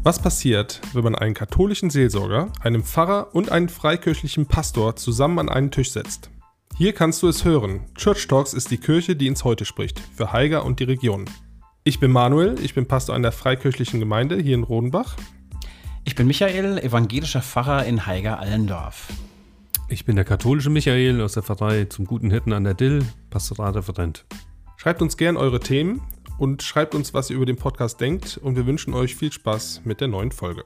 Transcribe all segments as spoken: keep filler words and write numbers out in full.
Was passiert, wenn man einen katholischen Seelsorger, einen Pfarrer und einen freikirchlichen Pastor zusammen an einen Tisch setzt? Hier kannst du es hören. Church Talks ist die Kirche, die ins Heute spricht, für Haiga und die Region. Ich bin Manuel, ich bin Pastor einer freikirchlichen Gemeinde hier in Rodenbach. Ich bin Michael, evangelischer Pfarrer in Haiga-Allendorf. Ich bin der katholische Michael aus der Pfarrei zum Guten Hirten an der Dill, Pastoralreferent. Schreibt uns gern eure Themen und schreibt uns, was ihr über den Podcast denkt, und wir wünschen euch viel Spaß mit der neuen Folge.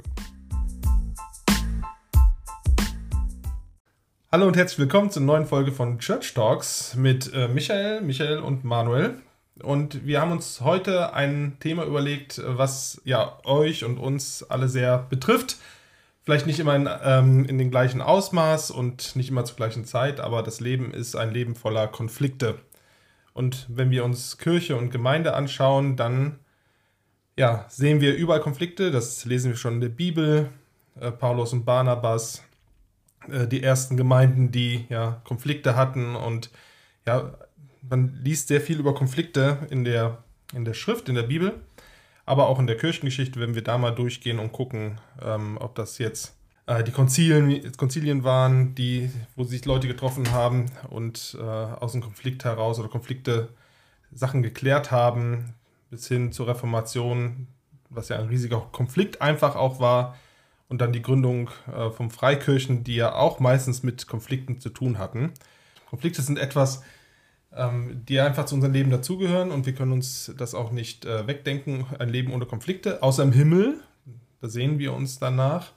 Hallo und herzlich willkommen zur neuen Folge von Church Talks mit äh, Michael, Michael und Manuel. Und wir haben uns heute ein Thema überlegt, was ja euch und uns alle sehr betrifft. Vielleicht nicht immer in, ähm, in dem gleichen Ausmaß und nicht immer zur gleichen Zeit, aber das Leben ist ein Leben voller Konflikte. Und wenn wir uns Kirche und Gemeinde anschauen, dann ja, sehen wir überall Konflikte. Das lesen wir schon in der Bibel. Äh, Paulus und Barnabas, äh, die ersten Gemeinden, die ja Konflikte hatten. Und ja, man liest sehr viel über Konflikte in der, in der Schrift, in der Bibel, aber auch in der Kirchengeschichte, wenn wir da mal durchgehen und gucken, ähm, ob das jetzt äh, die Konzilien, Konzilien waren, die, wo sich Leute getroffen haben und äh, aus dem Konflikt heraus oder Konflikte Sachen geklärt haben, bis hin zur Reformation, was ja ein riesiger Konflikt einfach auch war, und dann die Gründung äh, von Freikirchen, die ja auch meistens mit Konflikten zu tun hatten. Konflikte sind etwas, ähm, die einfach zu unserem Leben dazugehören, und wir können uns das auch nicht äh, wegdenken, ein Leben ohne Konflikte, außer im Himmel, da sehen wir uns danach.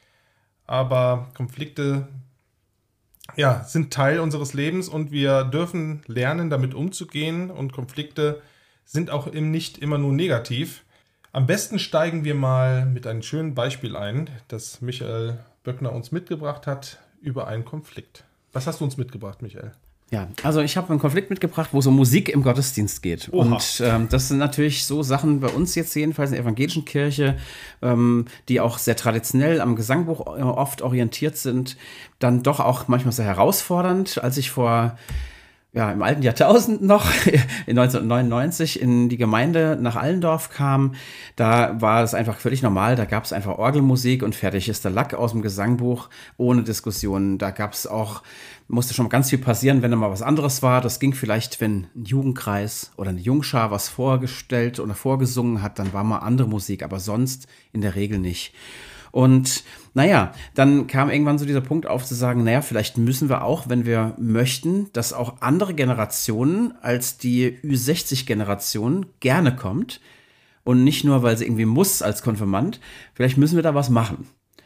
Aber Konflikte ja, sind Teil unseres Lebens, und wir dürfen lernen, damit umzugehen, und Konflikte sind auch eben nicht immer nur negativ. Am besten steigen wir mal mit einem schönen Beispiel ein, das Michael Böckner uns mitgebracht hat, über einen Konflikt. Was hast du uns mitgebracht, Michael? Ja, also ich habe einen Konflikt mitgebracht, wo es um Musik im Gottesdienst geht. Oha. Und ähm, das sind natürlich so Sachen bei uns jetzt jedenfalls in der evangelischen Kirche, ähm, die auch sehr traditionell am Gesangbuch oft orientiert sind, dann doch auch manchmal sehr herausfordernd. Als ich vor ja, im alten Jahrtausend noch, in neunzehnhundertneunundneunzig, in die Gemeinde nach Allendorf kam, da war es einfach völlig normal, da gab es einfach Orgelmusik und fertig ist der Lack aus dem Gesangbuch, ohne Diskussionen. Da gab es auch, musste schon ganz viel passieren, wenn da mal was anderes war. Das ging vielleicht, wenn ein Jugendkreis oder eine Jungschar was vorgestellt oder vorgesungen hat, dann war mal andere Musik, aber sonst in der Regel nicht. Und naja, dann kam irgendwann so dieser Punkt auf zu sagen, naja, vielleicht müssen wir auch, wenn wir möchten, dass auch andere Generationen als die Ü sechzig Generation gerne kommt und nicht nur, weil sie irgendwie muss als Konfirmand, vielleicht müssen wir da was machen.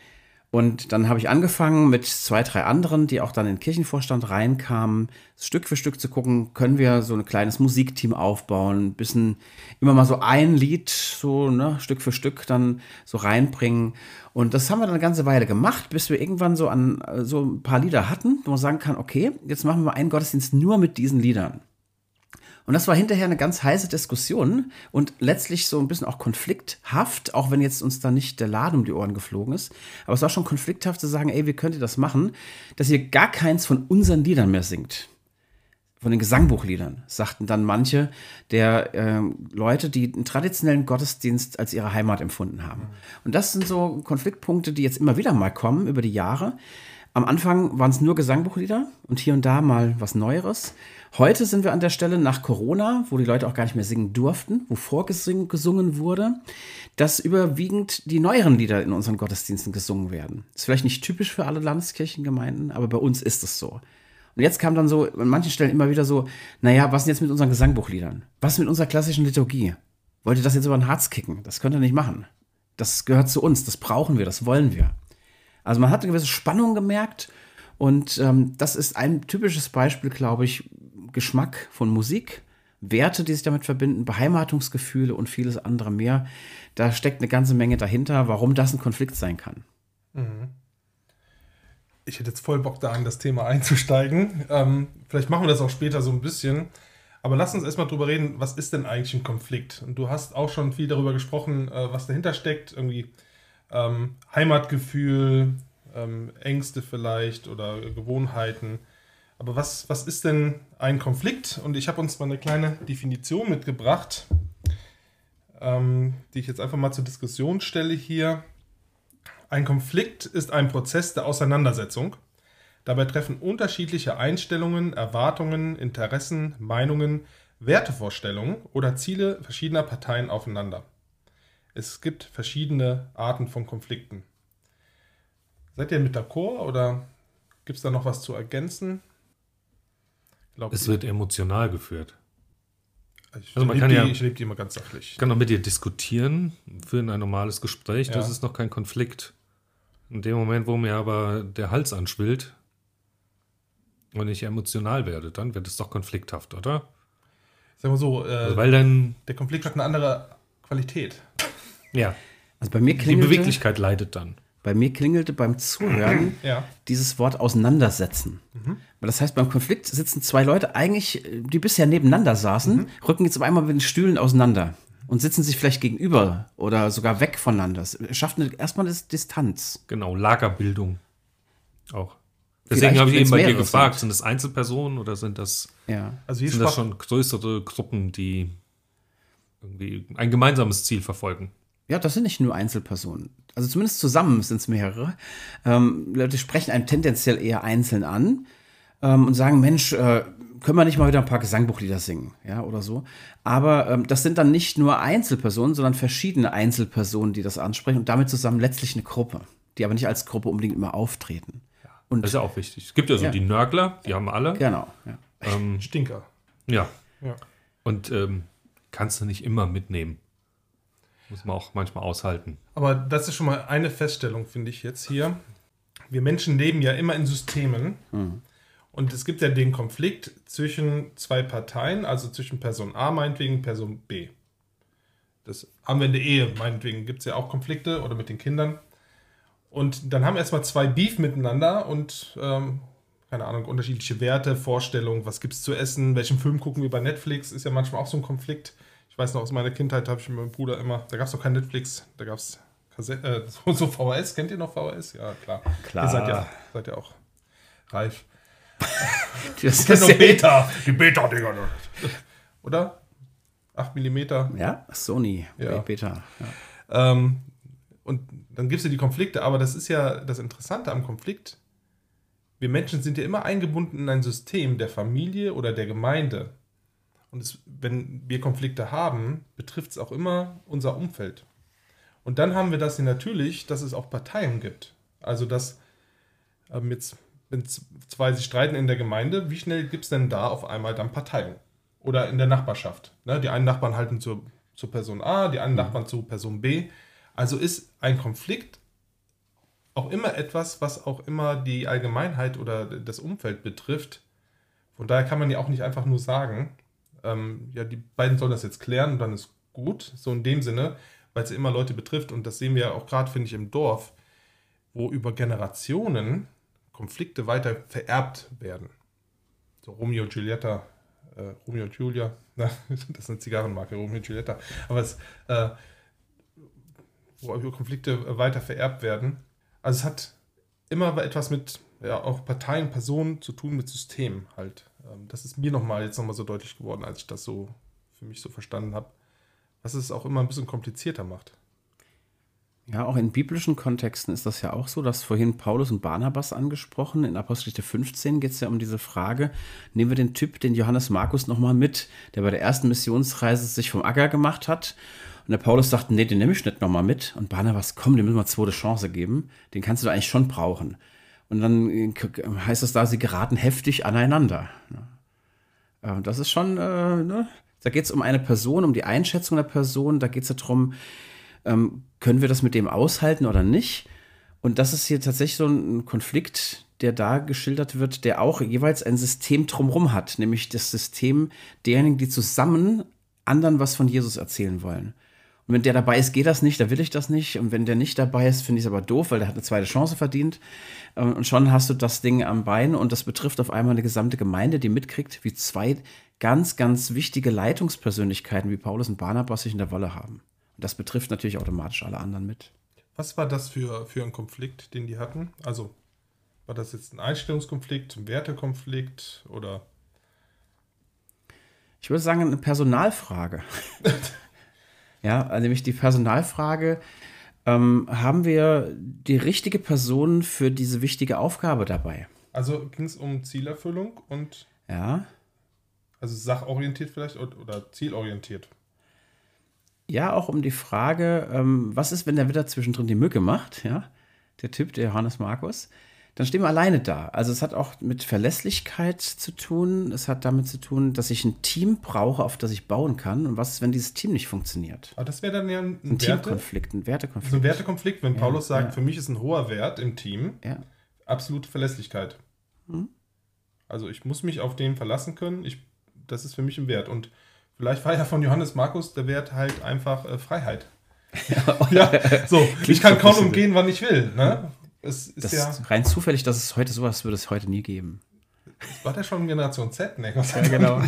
Und dann habe ich angefangen mit zwei, drei anderen, die auch dann in den Kirchenvorstand reinkamen, Stück für Stück zu gucken, können wir so ein kleines Musikteam aufbauen, ein bisschen immer mal so ein Lied, so ne, Stück für Stück dann so reinbringen. Und das haben wir dann eine ganze Weile gemacht, bis wir irgendwann so an so ein paar Lieder hatten, wo man sagen kann, okay, jetzt machen wir einen Gottesdienst nur mit diesen Liedern. Und das war hinterher eine ganz heiße Diskussion und letztlich so ein bisschen auch konflikthaft, auch wenn jetzt uns da nicht der Laden um die Ohren geflogen ist. Aber es war schon konflikthaft zu sagen, ey, wie könnt ihr das machen, dass ihr gar keins von unseren Liedern mehr singt? Von den Gesangbuchliedern, sagten dann manche der äh, Leute, die einen traditionellen Gottesdienst als ihre Heimat empfunden haben. Und das sind so Konfliktpunkte, die jetzt immer wieder mal kommen über die Jahre. Am Anfang waren es nur Gesangbuchlieder und hier und da mal was Neueres. Heute sind wir an der Stelle nach Corona, wo die Leute auch gar nicht mehr singen durften, wo vorgesungen wurde, dass überwiegend die neueren Lieder in unseren Gottesdiensten gesungen werden. Ist vielleicht nicht typisch für alle Landeskirchengemeinden, aber bei uns ist es so. Und jetzt kam dann so an manchen Stellen immer wieder so, naja, was denn jetzt mit unseren Gesangbuchliedern? Was mit unserer klassischen Liturgie? Wollt ihr das jetzt über den Harz kicken? Das könnt ihr nicht machen. Das gehört zu uns, das brauchen wir, das wollen wir. Also man hat eine gewisse Spannung gemerkt, und ähm, das ist ein typisches Beispiel, glaube ich, Geschmack von Musik, Werte, die sich damit verbinden, Beheimatungsgefühle und vieles andere mehr. Da steckt eine ganze Menge dahinter, warum das ein Konflikt sein kann. Ich hätte jetzt voll Bock da an das Thema einzusteigen. Ähm, vielleicht machen wir das auch später so ein bisschen. Aber lass uns erstmal drüber reden, was ist denn eigentlich ein Konflikt? Und du hast auch schon viel darüber gesprochen, äh, was dahinter steckt. Irgendwie ähm, Heimatgefühl, ähm, Ängste vielleicht oder Gewohnheiten. Aber was, was ist denn ein Konflikt? Und ich habe uns mal eine kleine Definition mitgebracht. ähm, die ich jetzt einfach mal zur Diskussion stelle hier. Ein Konflikt ist ein Prozess der Auseinandersetzung. Dabei treffen unterschiedliche Einstellungen, Erwartungen, Interessen, Meinungen, Wertevorstellungen oder Ziele verschiedener Parteien aufeinander. Es gibt verschiedene Arten von Konflikten. Seid ihr mit d'accord oder gibt es da noch was zu ergänzen? Glaub, Es wird emotional geführt. ich also man lebe kann die, ja- ich lebe die immer ganz sachlich. Ich kann auch mit dir diskutieren, führen ein normales Gespräch, das Ja. ist noch kein Konflikt. In dem Moment, wo mir aber der Hals anschwillt und ich emotional werde, dann wird es doch konflikthaft, oder? Sagen wir so, äh, Also weil dann, der Konflikt hat eine andere Qualität. ja, Also bei mir die klingelte, Beweglichkeit leidet dann. bei mir klingelte beim Zuhören Ja. dieses Wort auseinandersetzen. Weil das heißt, beim Konflikt sitzen zwei Leute eigentlich, die bisher nebeneinander saßen, rücken jetzt auf einmal mit den Stühlen auseinander und sitzen sich vielleicht gegenüber oder sogar weg voneinander. Es schafft eine, erstmal eine Distanz. Genau, Lagerbildung auch. Vielleicht, Deswegen habe ich wenn's eben bei dir mehrere gefragt, sind. sind das Einzelpersonen oder sind das, Ja. Also hier sind das sprach, schon größere Gruppen, die irgendwie ein gemeinsames Ziel verfolgen? Ja, das sind nicht nur Einzelpersonen. Also zumindest zusammen sind es mehrere. Ähm, Leute sprechen einen tendenziell eher einzeln an ähm, und sagen, Mensch, äh, können wir nicht mal wieder ein paar Gesangbuchlieder singen, ja, oder so. Aber ähm, das sind dann nicht nur Einzelpersonen, sondern verschiedene Einzelpersonen, die das ansprechen und damit zusammen letztlich eine Gruppe, die aber nicht als Gruppe unbedingt immer auftreten. Und Das ist ja auch wichtig. Es gibt ja so Ja. die Nörgler, die haben alle. genau, ja. Ähm, Stinker. ja. Ja. Und ähm, kannst du nicht immer mitnehmen. Muss man auch manchmal aushalten. Aber das ist schon mal eine Feststellung, finde ich jetzt hier. Wir Menschen leben ja immer in Systemen. Und es gibt ja den Konflikt zwischen zwei Parteien, also zwischen Person A meinetwegen, Person B. Das haben wir in der Ehe, meinetwegen gibt es ja auch Konflikte oder mit den Kindern. Und dann haben erstmal zwei Beef miteinander und, ähm, keine Ahnung, unterschiedliche Werte, Vorstellungen, was gibt es zu essen, welchen Film gucken wir bei Netflix, ist ja manchmal auch so ein Konflikt. Ich weiß noch, aus meiner Kindheit habe ich mit meinem Bruder immer, da gab es noch kein Netflix, da gab es äh, so, so V H S. Kennt ihr noch V H S? Ja, klar. Klar. Ihr seid ja, seid ja auch reif. Das Ich kenn ist noch ja, Beta, die Beta-Dinger. Oder? acht Millimeter. ja, Sony, Ja. Beta. Ja. Ähm, und dann gibt es ja die Konflikte, aber das ist ja das Interessante am Konflikt. Wir Menschen sind ja immer eingebunden in ein System der Familie oder der Gemeinde. Und es, wenn wir Konflikte haben, betrifft es auch immer unser Umfeld. Und dann haben wir das ja natürlich, dass es auch Parteien gibt. Also, dass ähm, jetzt, wenn z- zwei sich streiten in der Gemeinde, wie schnell gibt es denn da auf einmal dann Parteien? Oder in der Nachbarschaft. Ne? Die einen Nachbarn halten zur, zur Person A, die anderen Nachbarn zu Person B. Also ist ein Konflikt auch immer etwas, was auch immer die Allgemeinheit oder das Umfeld betrifft. Von daher kann man ja auch nicht einfach nur sagen, ähm, ja, die beiden sollen das jetzt klären und dann ist gut. So in dem Sinne, weil es ja immer Leute betrifft. Und das sehen wir ja auch gerade, finde ich, im Dorf, wo über Generationen Konflikte weiter vererbt werden. So Romeo und Giulietta, äh, Romeo und Julia, na, das ist eine Zigarrenmarke, Romeo und Giulietta. Aber es, äh, wo über Konflikte weiter vererbt werden. Also es hat immer etwas mit ja, auch Parteien, Personen zu tun, mit Systemen halt. Ähm, das ist mir nochmal jetzt nochmal so deutlich geworden, als ich das so für mich so verstanden habe, was es auch immer ein bisschen komplizierter macht. Ja, auch in biblischen Kontexten ist das ja auch so, dass vorhin Paulus und Barnabas angesprochen. In Apostelgeschichte fünfzehn geht es ja um diese Frage, nehmen wir den Typ, den Johannes Markus nochmal mit, der bei der ersten Missionsreise sich vom Acker gemacht hat. Und der Paulus sagt, nee, den nehme ich nicht nochmal mit. Und Barnabas, komm, dem müssen wir eine zweite Chance geben. Den kannst du eigentlich schon brauchen. Und dann heißt es da, sie geraten heftig aneinander. Ja, das ist schon, äh, ne? Da geht es um eine Person, um die Einschätzung der Person. Da geht es ja darum, ähm, können wir das mit dem aushalten oder nicht? Und das ist hier tatsächlich so ein Konflikt, der da geschildert wird, der auch jeweils ein System drumherum hat. Nämlich das System derjenigen, die zusammen anderen was von Jesus erzählen wollen. Und wenn der dabei ist, geht das nicht, da will ich das nicht. Und wenn der nicht dabei ist, finde ich es aber doof, weil der hat eine zweite Chance verdient. Und schon hast du das Ding am Bein und das betrifft auf einmal eine gesamte Gemeinde, die mitkriegt, wie zwei ganz, ganz wichtige Leitungspersönlichkeiten wie Paulus und Barnabas sich in der Wolle haben. Und das betrifft natürlich automatisch alle anderen mit. Was war das für, für ein Konflikt, den die hatten? Also, war das jetzt ein Einstellungskonflikt, ein Wertekonflikt oder? Ich würde sagen, eine Personalfrage. Ja, also nämlich die Personalfrage, ähm, haben wir die richtige Person für diese wichtige Aufgabe dabei? Also ging es um Zielerfüllung und Ja. also sachorientiert vielleicht oder, oder zielorientiert. Ja, auch um die Frage, ähm, was ist, wenn der Witter zwischendrin die Mücke macht, ja? Der Typ, der Johannes Markus. Dann stehen wir alleine da. Also es hat auch mit Verlässlichkeit zu tun. Es hat damit zu tun, dass ich ein Team brauche, auf das ich bauen kann. Und was ist, wenn dieses Team nicht funktioniert? Aber das wäre dann ja ein, Ein Werte, Teamkonflikt, ein Wertekonflikt. so ein Wertekonflikt, wenn Ja, Paulus sagt, ja. für mich ist ein hoher Wert im Team Ja. absolute Verlässlichkeit. Mhm. Also ich muss mich auf den verlassen können. Ich, das ist für mich ein Wert. Und vielleicht war ja von Johannes Markus der Wert halt einfach äh, Freiheit. Ja, so. Ich kann kaum umgehen, wann ich will. Ne? Es ist Das ja. ist rein zufällig, dass es heute sowas würde es heute nie geben. War der schon Generation Z? Ne, Gott sei Ja, Dank. genau.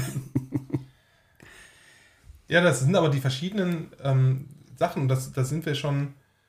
Ja, das sind aber die verschiedenen ähm, Sachen. Und das, das sind wir schon,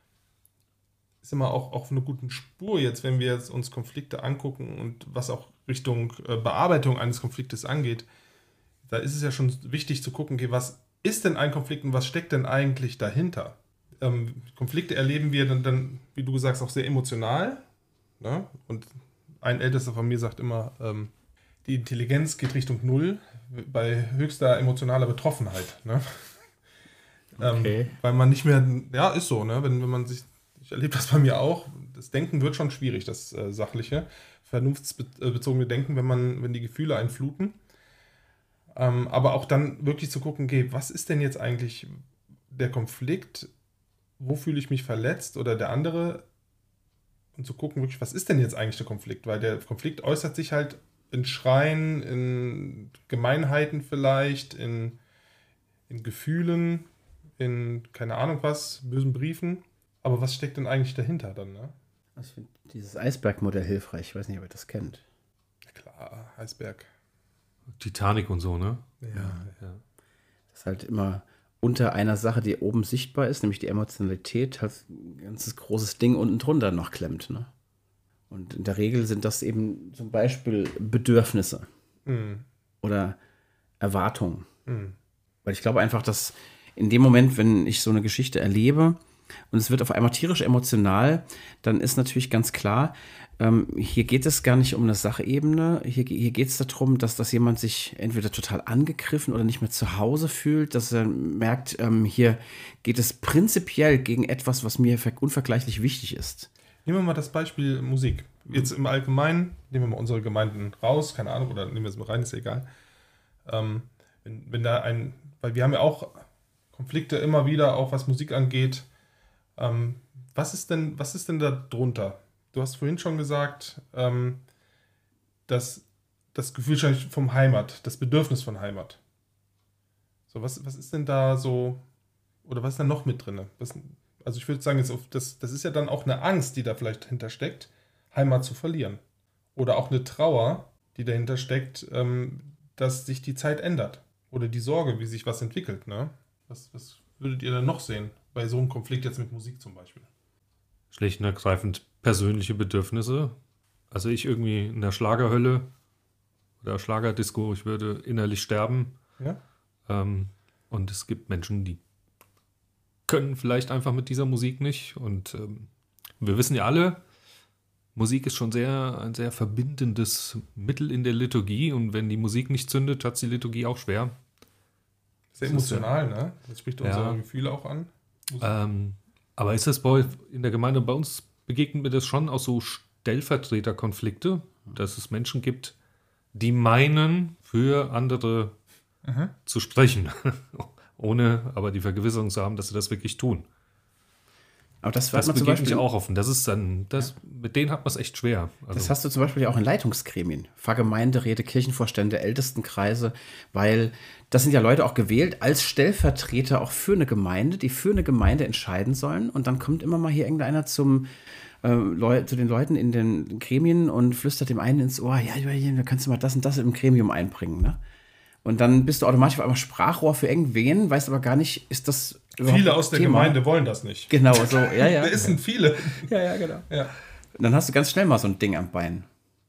ist immer auch, auch auf einer guten Spur jetzt, wenn wir jetzt uns Konflikte angucken und was auch Richtung äh, Bearbeitung eines Konfliktes angeht. Da ist es ja schon wichtig zu gucken, okay, was ist denn ein Konflikt und was steckt denn eigentlich dahinter? Ähm, Konflikte erleben wir dann, dann, wie du sagst, auch sehr emotional. Ne? Und ein Ältester von mir sagt immer, ähm, die Intelligenz geht Richtung Null bei höchster emotionaler Betroffenheit. Ne? Okay. Ähm, weil man nicht mehr, ja, ist so, ne? wenn, wenn man sich, ich erlebe das bei mir auch, das Denken wird schon schwierig, das äh, sachliche, vernunftsbezogene Denken, wenn man, wenn die Gefühle einen fluten. Ähm, aber auch dann wirklich zu gucken, okay, was ist denn jetzt eigentlich der Konflikt? Wo fühle ich mich verletzt oder der andere? Und zu gucken, wirklich, was ist denn jetzt eigentlich der Konflikt? Weil der Konflikt äußert sich halt in Schreien, in Gemeinheiten vielleicht, in, in Gefühlen, in keine Ahnung was, bösen Briefen. Aber was steckt denn eigentlich dahinter dann? Ne? Ich finde dieses Eisbergmodell hilfreich. Ich weiß nicht, ob ihr das kennt. Klar, Eisberg. Titanic und so, ne? Ja. Ja. Das ist halt immer unter einer Sache, die oben sichtbar ist, nämlich die Emotionalität, halt ein ganzes großes Ding unten drunter noch klemmt. Ne? Und in der Regel sind das eben zum Beispiel Bedürfnisse Mhm. oder Erwartungen. Mhm. Weil ich glaube einfach, dass in dem Moment, wenn ich so eine Geschichte erlebe und es wird auf einmal tierisch emotional, dann ist natürlich ganz klar, ähm, hier geht es gar nicht um eine Sachebene. Hier, hier geht es darum, dass, dass jemand sich entweder total angegriffen oder nicht mehr zu Hause fühlt, dass er merkt, ähm, hier geht es prinzipiell gegen etwas, was mir ver- unvergleichlich wichtig ist. Nehmen wir mal das Beispiel Musik. Jetzt im Allgemeinen, nehmen wir mal unsere Gemeinden raus, keine Ahnung, oder nehmen wir es mal rein, ist ja egal. Ähm, wenn, wenn da ein, weil wir haben ja auch Konflikte immer wieder, auch was Musik angeht. Ähm, was ist denn, was ist denn da drunter? Du hast vorhin schon gesagt, ähm, dass das Gefühl schon vom Heimat, das Bedürfnis von Heimat. So, was, was ist denn da so, oder was ist da noch mit drin? Was, also ich würde sagen, jetzt auf das, das ist ja dann auch eine Angst, die da vielleicht hintersteckt, Heimat zu verlieren. Oder auch eine Trauer, die dahinter steckt, ähm, dass sich die Zeit ändert. Oder die Sorge, wie sich was entwickelt. Ne? Was, was würdet ihr denn noch sehen bei so einem Konflikt jetzt mit Musik zum Beispiel? Schlicht und ergreifend persönliche Bedürfnisse. Also ich irgendwie in der Schlagerhölle oder Schlagerdisco, ich würde innerlich sterben. Ja? Ähm, und es gibt Menschen, die können vielleicht einfach mit dieser Musik nicht. Und ähm, wir wissen ja alle, Musik ist schon sehr ein sehr verbindendes Mittel in der Liturgie. Und wenn die Musik nicht zündet, hat es die Liturgie auch schwer. Sehr Das ist emotional, ne? Das spricht Ja. unsere Gefühle auch an. Ähm, aber ist das bei euch in der Gemeinde, bei uns begegnet mir das schon auch so Stellvertreterkonflikte, dass es Menschen gibt, die meinen, für andere Mhm. zu sprechen, ohne aber die Vergewisserung zu haben, dass sie das wirklich tun. Aber das, Das hat man zum begegnet Beispiel mich auch offen. Das ist dann, das, mit denen hat man es echt schwer. Also, Das hast du zum Beispiel auch in Leitungsgremien, Pfarrgemeinderäte, Kirchenvorstände, Ältestenkreise, weil das sind ja Leute auch gewählt als Stellvertreter auch für eine Gemeinde, die für eine Gemeinde entscheiden sollen. Und dann kommt immer mal hier irgendeiner zum, äh, Leu zu den Leuten in den Gremien und flüstert dem einen ins Ohr, ja, da kannst du mal das und das im Gremium einbringen. Ne? Und dann bist du automatisch auf einmal Sprachrohr für irgendwen, weißt aber gar nicht, ist das überhaupt Viele ein aus der Thema? Gemeinde wollen das nicht. Genau, so, ja, ja. Wer sind viele? Ja, ja, genau. Ja. Und dann hast du ganz schnell mal so ein Ding am Bein.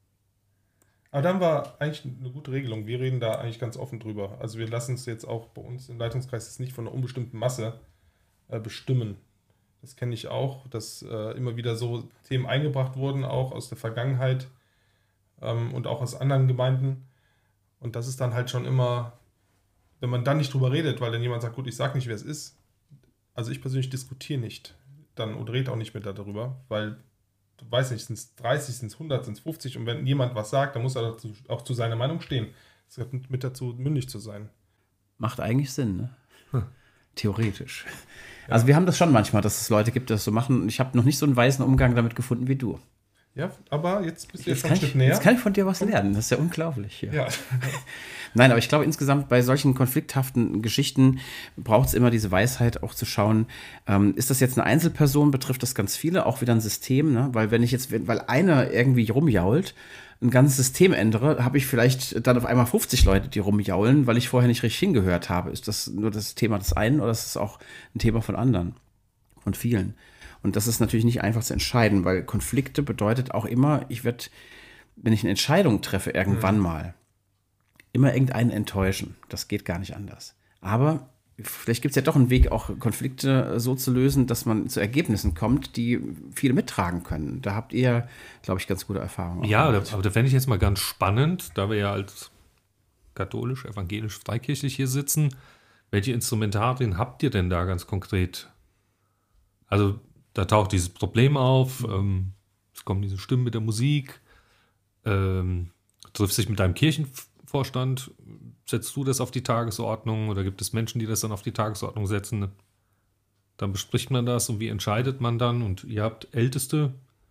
Aber dann war eigentlich eine gute Regelung. Wir reden da eigentlich ganz offen drüber. Also wir lassen es jetzt auch bei uns im Leitungskreis jetzt nicht von einer unbestimmten Masse äh, bestimmen. Das kenne ich auch, dass äh, immer wieder so Themen eingebracht wurden, auch aus der Vergangenheit ähm, und auch aus anderen Gemeinden. Und das ist dann halt schon immer, wenn man dann nicht drüber redet, weil dann jemand sagt, gut, ich sag nicht, wer es ist. Also ich persönlich diskutiere nicht dann und rede auch nicht mit darüber, weil du weißt nicht, sind es dreißig, sind es hundert, sind es fünfzig und wenn jemand was sagt, dann muss er dazu, auch zu seiner Meinung stehen. Es gehört mit dazu, mündig zu sein. Macht eigentlich Sinn, ne? Hm. Theoretisch. Ja. Also wir haben das schon manchmal, dass es Leute gibt, die das so machen. Ich habe noch nicht so einen weisen Umgang damit gefunden wie du. Ja, aber jetzt bist du jetzt schon ein Stück näher. Jetzt kann ich von dir was lernen. Das ist ja unglaublich. Ja. Ja. Nein, aber ich glaube insgesamt bei solchen konflikthaften Geschichten braucht es immer diese Weisheit, auch zu schauen, ähm, ist das jetzt eine Einzelperson, betrifft das ganz viele, auch wieder ein System, ne? Weil wenn ich jetzt, weil einer irgendwie rumjault, ein ganzes System ändere, habe ich vielleicht dann auf einmal fünfzig Leute, die rumjaulen, weil ich vorher nicht richtig hingehört habe. Ist das nur das Thema des einen oder ist es auch ein Thema von anderen, von vielen? Und das ist natürlich nicht einfach zu entscheiden, weil Konflikte bedeutet auch immer, ich werde, wenn ich eine Entscheidung treffe, irgendwann mhm. mal, immer irgendeinen enttäuschen. Das geht gar nicht anders. Aber vielleicht gibt es ja doch einen Weg, auch Konflikte so zu lösen, dass man zu Ergebnissen kommt, die viele mittragen können. Da habt ihr, glaube ich, ganz gute Erfahrungen. Ja, aber da fände ich jetzt mal ganz spannend, da wir ja als katholisch, evangelisch, freikirchlich hier sitzen. Welche Instrumentarien habt ihr denn da ganz konkret? Also da taucht dieses Problem auf, ähm, es kommen diese Stimmen mit der Musik, ähm, du triffst dich mit deinem Kirchenvorstand, setzt du das auf die Tagesordnung oder gibt es Menschen, die das dann auf die Tagesordnung setzen? Dann bespricht man das und wie entscheidet man dann? Und ihr habt Älteste,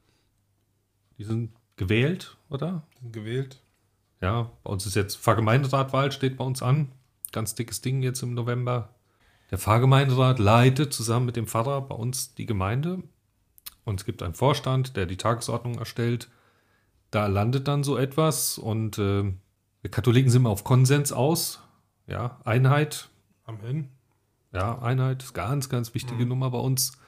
die sind gewählt, oder? Gewählt. Ja, bei uns ist jetzt Pfarrgemeinderatwahl, steht bei uns an. Ganz dickes Ding jetzt im November. Der Pfarrgemeinderat leitet zusammen mit dem Pfarrer bei uns die Gemeinde. Und es gibt einen Vorstand, der die Tagesordnung erstellt. Da landet dann so etwas und äh, wir Katholiken sind immer auf Konsens aus. Ja, Einheit. Amen. Ja, Einheit ist ganz, ganz wichtige mhm. Nummer bei uns.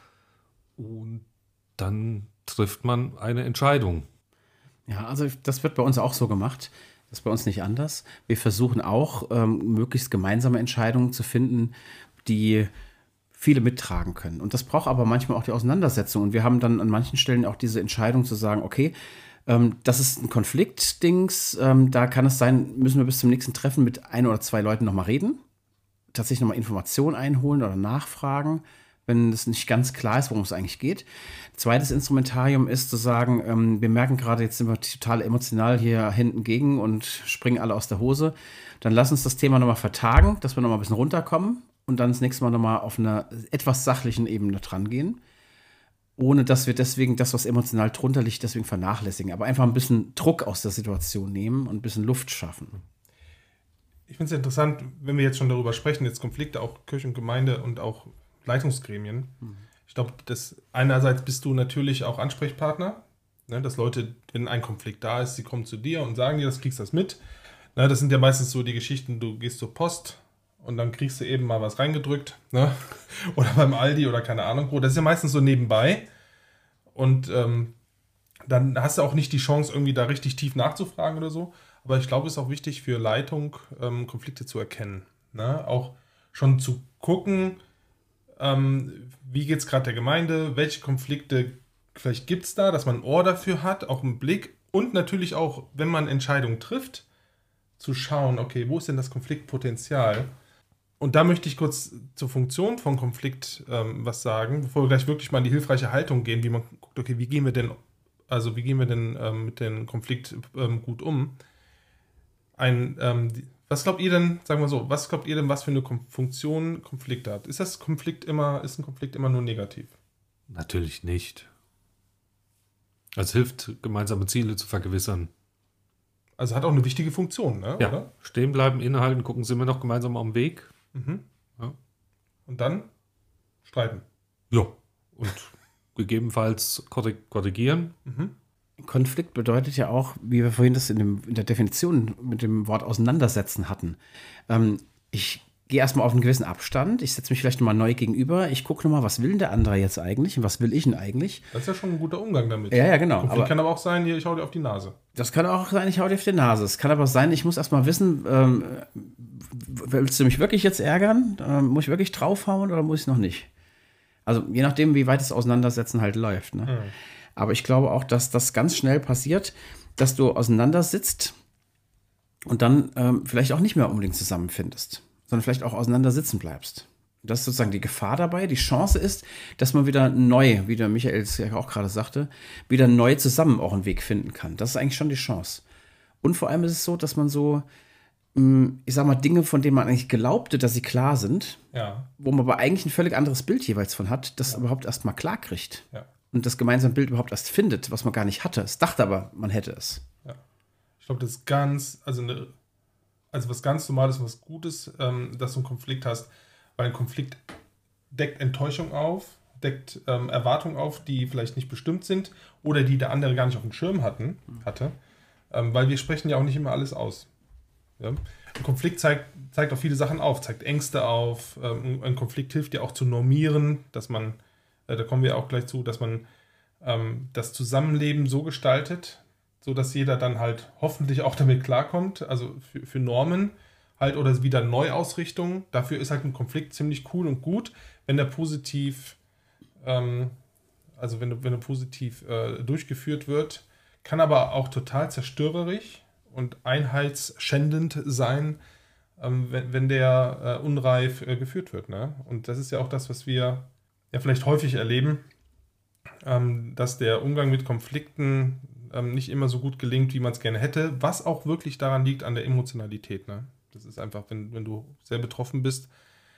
Und dann trifft man eine Entscheidung. Ja, also das wird bei uns auch so gemacht. Das ist bei uns nicht anders. Wir versuchen auch, ähm, möglichst gemeinsame Entscheidungen zu finden, die viele mittragen können. Und das braucht aber manchmal auch die Auseinandersetzung. Und wir haben dann an manchen Stellen auch diese Entscheidung zu sagen, okay, ähm, das ist ein Konfliktdings, ähm, da kann es sein, müssen wir bis zum nächsten Treffen mit ein oder zwei Leuten nochmal reden, tatsächlich nochmal Informationen einholen oder nachfragen, wenn es nicht ganz klar ist, worum es eigentlich geht. Zweites Instrumentarium ist zu sagen, ähm, wir merken gerade, jetzt sind wir total emotional hier hinten gegen und springen alle aus der Hose. Dann lass uns das Thema nochmal vertagen, dass wir nochmal ein bisschen runterkommen und dann das nächste Mal nochmal auf einer etwas sachlichen Ebene dran gehen. Ohne dass wir deswegen das, was emotional drunter liegt, deswegen vernachlässigen. Aber einfach ein bisschen Druck aus der Situation nehmen und ein bisschen Luft schaffen. Ich finde es interessant, wenn wir jetzt schon darüber sprechen, jetzt Konflikte, auch Kirche und Gemeinde und auch Leitungsgremien. Hm. Ich glaube, dass einerseits bist du natürlich auch Ansprechpartner, ne, dass Leute, wenn ein Konflikt da ist, sie kommen zu dir und sagen dir, das kriegst du das mit. Ne, das sind ja meistens so die Geschichten, du gehst zur Post und dann kriegst du eben mal was reingedrückt, ne? Oder beim Aldi oder keine Ahnung wo. Das ist ja meistens so nebenbei. Und ähm, dann hast du auch nicht die Chance, irgendwie da richtig tief nachzufragen oder so. Aber ich glaube, es ist auch wichtig für Leitung, ähm, Konflikte zu erkennen. Ne? Auch schon zu gucken, ähm, wie geht es gerade der Gemeinde, welche Konflikte vielleicht gibt es da, dass man ein Ohr dafür hat, auch einen Blick. Und natürlich auch, wenn man Entscheidungen trifft, zu schauen, okay, wo ist denn das Konfliktpotenzial? Und da möchte ich kurz zur Funktion von Konflikt ähm, was sagen, bevor wir gleich wirklich mal in die hilfreiche Haltung gehen, wie man guckt, okay, wie gehen wir denn, also wie gehen wir denn ähm, mit dem Konflikt ähm, gut um? Ein, ähm, die, was glaubt ihr denn, sagen wir so, was glaubt ihr denn, was für eine Kom- Funktion Konflikt hat? Ist das Konflikt immer, ist ein Konflikt immer nur negativ? Natürlich nicht. Es hilft, gemeinsame Ziele zu vergewissern. Also hat auch eine wichtige Funktion, ne? Ja, oder? Stehen bleiben, innehalten, gucken, sind wir noch gemeinsam am Weg. Mhm. Ja. Und dann streiten. Ja, und gegebenenfalls korrigieren. Mhm. Konflikt bedeutet ja auch, wie wir vorhin das in, dem, in der Definition mit dem Wort auseinandersetzen hatten. Ähm, ich gehe erstmal auf einen gewissen Abstand, ich setze mich vielleicht nochmal neu gegenüber, ich gucke nochmal, was will denn der andere jetzt eigentlich und was will ich denn eigentlich? Das ist ja schon ein guter Umgang damit. Ja, ja, genau. Konflikt aber, kann aber auch sein, hier, ich hau dir auf die Nase. Das kann auch sein, ich hau dir auf die Nase. Es kann aber sein, ich muss erstmal wissen, ähm, willst du mich wirklich jetzt ärgern? Ähm, muss ich wirklich draufhauen oder muss ich noch nicht? Also je nachdem, wie weit das Auseinandersetzen halt läuft. Ne? Mhm. Aber ich glaube auch, dass das ganz schnell passiert, dass du auseinandersitzt und dann ähm, vielleicht auch nicht mehr unbedingt zusammenfindest, sondern vielleicht auch auseinandersitzen bleibst. Das ist sozusagen die Gefahr dabei. Die Chance ist, dass man wieder neu, wie der Michael es ja auch gerade sagte, wieder neu zusammen auch einen Weg finden kann. Das ist eigentlich schon die Chance. Und vor allem ist es so, dass man so, ich sag mal, Dinge, von denen man eigentlich glaubte, dass sie klar sind, ja. wo man aber eigentlich ein völlig anderes Bild jeweils von hat, das ja. überhaupt erst mal klar kriegt. Ja. Und das gemeinsame Bild überhaupt erst findet, was man gar nicht hatte. Es dachte aber, man hätte es. Ja. Ich glaube, das ist ganz, also, eine, also was ganz Normales und was Gutes, ähm, dass du einen Konflikt hast, weil ein Konflikt deckt Enttäuschung auf, deckt ähm, Erwartungen auf, die vielleicht nicht bestimmt sind oder die der andere gar nicht auf dem Schirm hatten, hatte. Ähm, weil wir sprechen ja auch nicht immer alles aus. Ja? Ein Konflikt zeigt, zeigt auch viele Sachen auf, zeigt Ängste auf. Ähm, ein Konflikt hilft ja auch zu normieren, dass man, äh, da kommen wir auch gleich zu, dass man ähm, das Zusammenleben so gestaltet, sodass jeder dann halt hoffentlich auch damit klarkommt, also für, für Normen halt oder wieder Neuausrichtung. Dafür ist halt ein Konflikt ziemlich cool und gut, wenn der positiv, ähm, also wenn, wenn er positiv äh, durchgeführt wird, kann aber auch total zerstörerisch und einheitsschändend sein, ähm, wenn, wenn der äh, unreif äh, geführt wird. Ne? Und das ist ja auch das, was wir ja vielleicht häufig erleben, ähm, dass der Umgang mit Konflikten ähm, nicht immer so gut gelingt, wie man es gerne hätte, was auch wirklich daran liegt an der Emotionalität. Ne? Das ist einfach, wenn, wenn du sehr betroffen bist,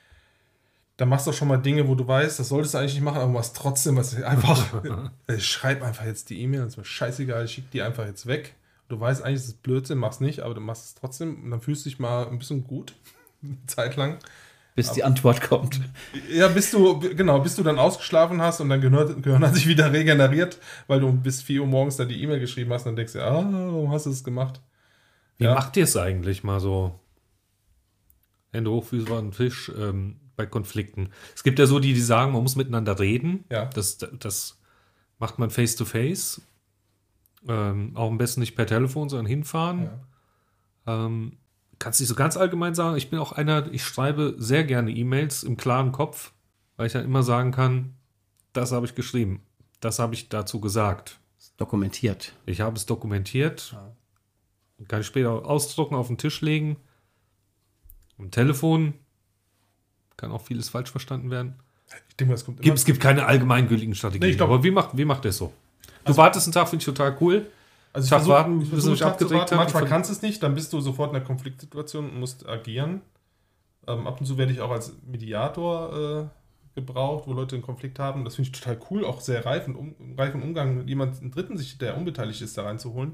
dann machst du auch schon mal Dinge, wo du weißt, das solltest du eigentlich nicht machen, aber machst trotzdem was einfach. Schreib einfach jetzt die E-Mail, das ist mir scheißegal, schick die einfach jetzt weg. Du weißt eigentlich, das ist Blödsinn, machst nicht, aber du machst es trotzdem und dann fühlst du dich mal ein bisschen gut, eine Zeit lang. Bis aber, die Antwort kommt. Ja, bis du, genau, bis du dann ausgeschlafen hast und dein Gehirn, Gehirn hat sich wieder regeneriert, weil du bis vier Uhr morgens da die E-Mail geschrieben hast und dann denkst du, ah, warum hast du das gemacht? Wie ja. macht ihr es eigentlich mal so? Hände hoch, Füße auf den Tisch, ähm, bei Konflikten. Es gibt ja so die, die sagen, man muss miteinander reden. Ja. Das, das macht man face to face. Ähm, auch am besten nicht per Telefon, sondern hinfahren. Ja. Ähm, kannst du nicht so ganz allgemein sagen, ich bin auch einer, ich schreibe sehr gerne E-Mails im klaren Kopf, weil ich dann immer sagen kann, das habe ich geschrieben, das habe ich dazu gesagt. Dokumentiert. Ich habe es dokumentiert. Ja. Kann ich später ausdrucken, auf den Tisch legen. Am Telefon kann auch vieles falsch verstanden werden. Ich denke, das kommt Gibt, es gibt keine allgemeingültigen Strategien. Nee, ich glaub, aber wie macht, wie macht der es so? Du also, wartest einen Tag, finde ich total cool. Also ich Tag versuch, warten, ich bis du dich abgedreht hast. Manchmal kannst du es nicht, dann bist du sofort in einer Konfliktsituation und musst agieren. Ähm, ab und zu werde ich auch als Mediator äh, gebraucht, wo Leute einen Konflikt haben. Das finde ich total cool, auch sehr reif und um, reifen Umgang mit jemandem Dritten, sich, der unbeteiligt ist, da reinzuholen.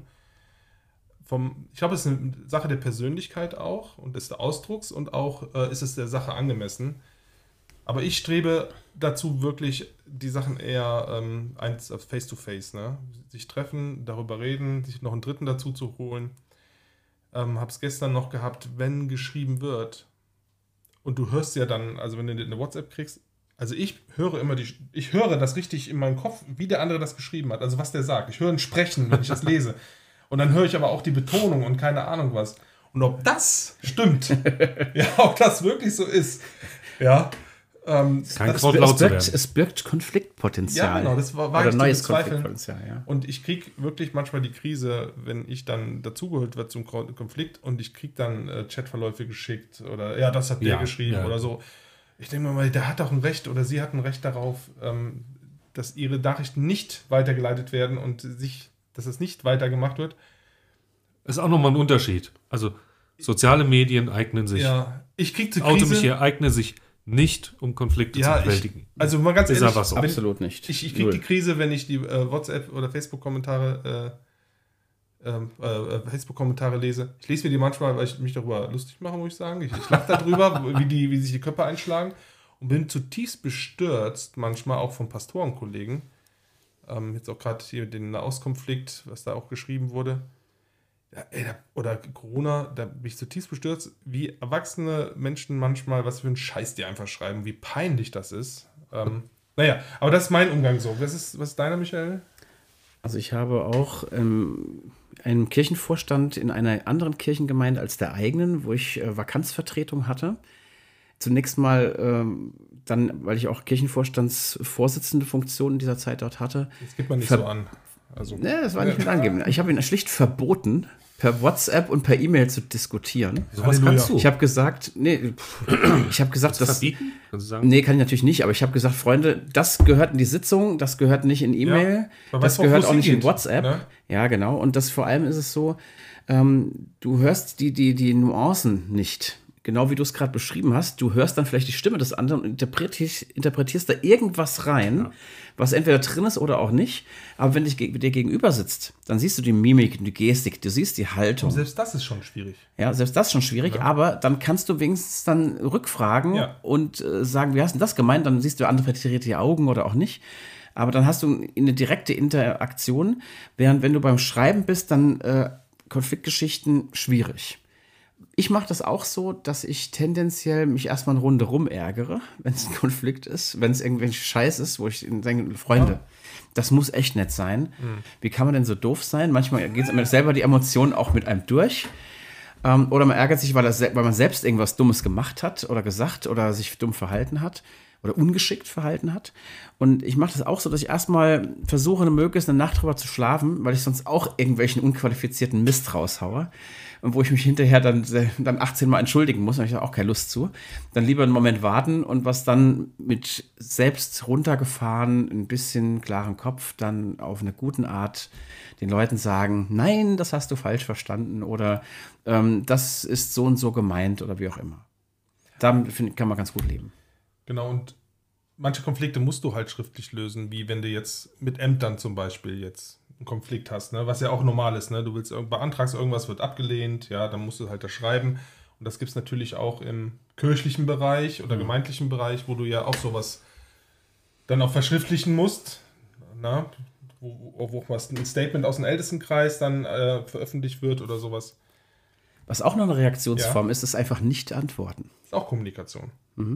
Vom, ich glaube, es ist eine Sache der Persönlichkeit auch und des Ausdrucks und auch äh, ist es der Sache angemessen. Aber ich strebe dazu wirklich die Sachen eher ähm, eins face-to-face, ne? Sich treffen, darüber reden, sich noch einen Dritten dazu zu holen. Ähm, hab's gestern noch gehabt, wenn geschrieben wird und du hörst ja dann, also wenn du eine WhatsApp kriegst, also ich höre immer die, ich höre das richtig in meinem Kopf, wie der andere das geschrieben hat, also was der sagt. Ich höre ein Sprechen, wenn ich das lese. Und dann höre ich aber auch die Betonung und keine Ahnung was. Und ob das stimmt, ja, ob das wirklich so ist, ja. Ähm, Kein es, Grund, es, laut zu birgt, werden. es birgt Konfliktpotenzial. Ja, genau, das war, war Oder ich neues zu bezweifeln. Konfliktpotenzial, ja. Und ich kriege wirklich manchmal die Krise, wenn ich dann dazugeholt werde zum Konflikt und ich kriege dann äh, Chatverläufe geschickt oder ja, das hat der Ja, geschrieben ja. oder so. Ich denke mir mal, der hat doch ein Recht oder sie hat ein Recht darauf, ähm, dass ihre Nachrichten nicht weitergeleitet werden und sich, dass es nicht weitergemacht wird. Ist auch nochmal ein Unterschied. Also soziale Medien eignen sich. Ja, ich kriege zur Auto Krise... mich hier eignen sich nicht, um Konflikte Ja, zu bewältigen. Ich, also mal ganz Ist ehrlich, einfach so. wenn- Absolut nicht. Ich, ich kriege Null. die Krise, wenn ich die äh, WhatsApp- oder Facebook-Kommentare äh, ähm, äh, Facebook-Kommentare lese. Ich lese mir die manchmal, weil ich mich darüber lustig mache, muss ich sagen. Ich, ich lache darüber, wie, die, wie sich die Köpfe einschlagen und bin zutiefst bestürzt, manchmal auch von Pastorenkollegen. Ähm, jetzt auch gerade hier den Nahostkonflikt, was da auch geschrieben wurde. Ja, ey, da, oder Corona, da bin ich zutiefst bestürzt, wie erwachsene Menschen manchmal, was für einen Scheiß die einfach schreiben, wie peinlich das ist. Ähm, naja, aber das ist mein Umgang so. Was ist, was ist deiner, Michael? Also ich habe auch ähm, einen Kirchenvorstand in einer anderen Kirchengemeinde als der eigenen, wo ich äh, Vakanzvertretung hatte. zunächst mal ähm, dann, weil ich auch Kirchenvorstandsvorsitzende Funktion in dieser Zeit dort hatte. Das gibt man nicht Ver- so an. Also, Ne, das war nicht mit angeben. Ich habe ihn schlicht verboten, per WhatsApp und per E-Mail zu diskutieren. Sowas Halleluja. kannst du. Ich habe gesagt, nee, pff, ich habe gesagt, das dass verbieten? Kannst du sagen? nee, kann ich natürlich nicht, aber ich habe gesagt, Freunde, das gehört in die Sitzung, das gehört nicht in E-Mail, man das weiß auch, gehört wo auch es nicht in hingeht, WhatsApp. ne? Ja, genau. Und das vor allem ist es so, ähm, du hörst die, die, die Nuancen nicht. Genau wie du es gerade beschrieben hast, du hörst dann vielleicht die Stimme des anderen und interpretierst, interpretierst da irgendwas rein, ja. was entweder drin ist oder auch nicht. Aber wenn dich ge- dir gegenüber sitzt, dann siehst du die Mimik, die Gestik, du siehst die Haltung. Und selbst das ist schon schwierig. Ja, selbst das ist schon schwierig, Ja. aber dann kannst du wenigstens dann rückfragen Ja. und äh, sagen, wie hast du das gemeint? Dann siehst du andere interpretierte Augen oder auch nicht. Aber dann hast du eine direkte Interaktion, während wenn du beim Schreiben bist, dann äh, Konfliktgeschichten schwierig. Ich mache das auch so, dass ich tendenziell mich erstmal eine Runde rumärgere, wenn es ein Konflikt ist, wenn es irgendwelche Scheiß ist, wo ich denke, Freunde, Ja. das muss echt nett sein. Wie kann man denn so doof sein? Manchmal geht es selber die Emotionen auch mit einem durch. Ähm, oder man ärgert sich, weil, das, weil man selbst irgendwas Dummes gemacht hat oder gesagt oder sich dumm verhalten hat oder ungeschickt verhalten hat. Und ich mache das auch so, dass ich erstmal versuche, eine möglichst eine Nacht drüber zu schlafen, weil ich sonst auch irgendwelchen unqualifizierten Mist raushaue. Und wo ich mich hinterher dann, dann achtzehn Mal entschuldigen muss, da habe ich auch keine Lust zu. Dann lieber einen Moment warten und was dann mit selbst runtergefahren, ein bisschen klaren Kopf, dann auf eine gute Art den Leuten sagen, nein, das hast du falsch verstanden oder ähm, das ist so und so gemeint oder wie auch immer. Damit find, kann man ganz gut leben. Genau, und manche Konflikte musst du halt schriftlich lösen, wie wenn du jetzt mit Ämtern zum Beispiel jetzt einen Konflikt hast, ne? Was ja auch normal ist, ne? Du willst beantragst irgendwas, wird abgelehnt, ja, dann musst du halt das schreiben. Und das gibt es natürlich auch im kirchlichen Bereich oder gemeindlichen Bereich, wo du ja auch sowas dann auch verschriftlichen musst, ne? Wo, wo, wo was ein Statement aus dem Ältestenkreis dann äh, veröffentlicht wird oder sowas. Was auch noch eine Reaktionsform ist, ist einfach nicht antworten. Ist auch Kommunikation.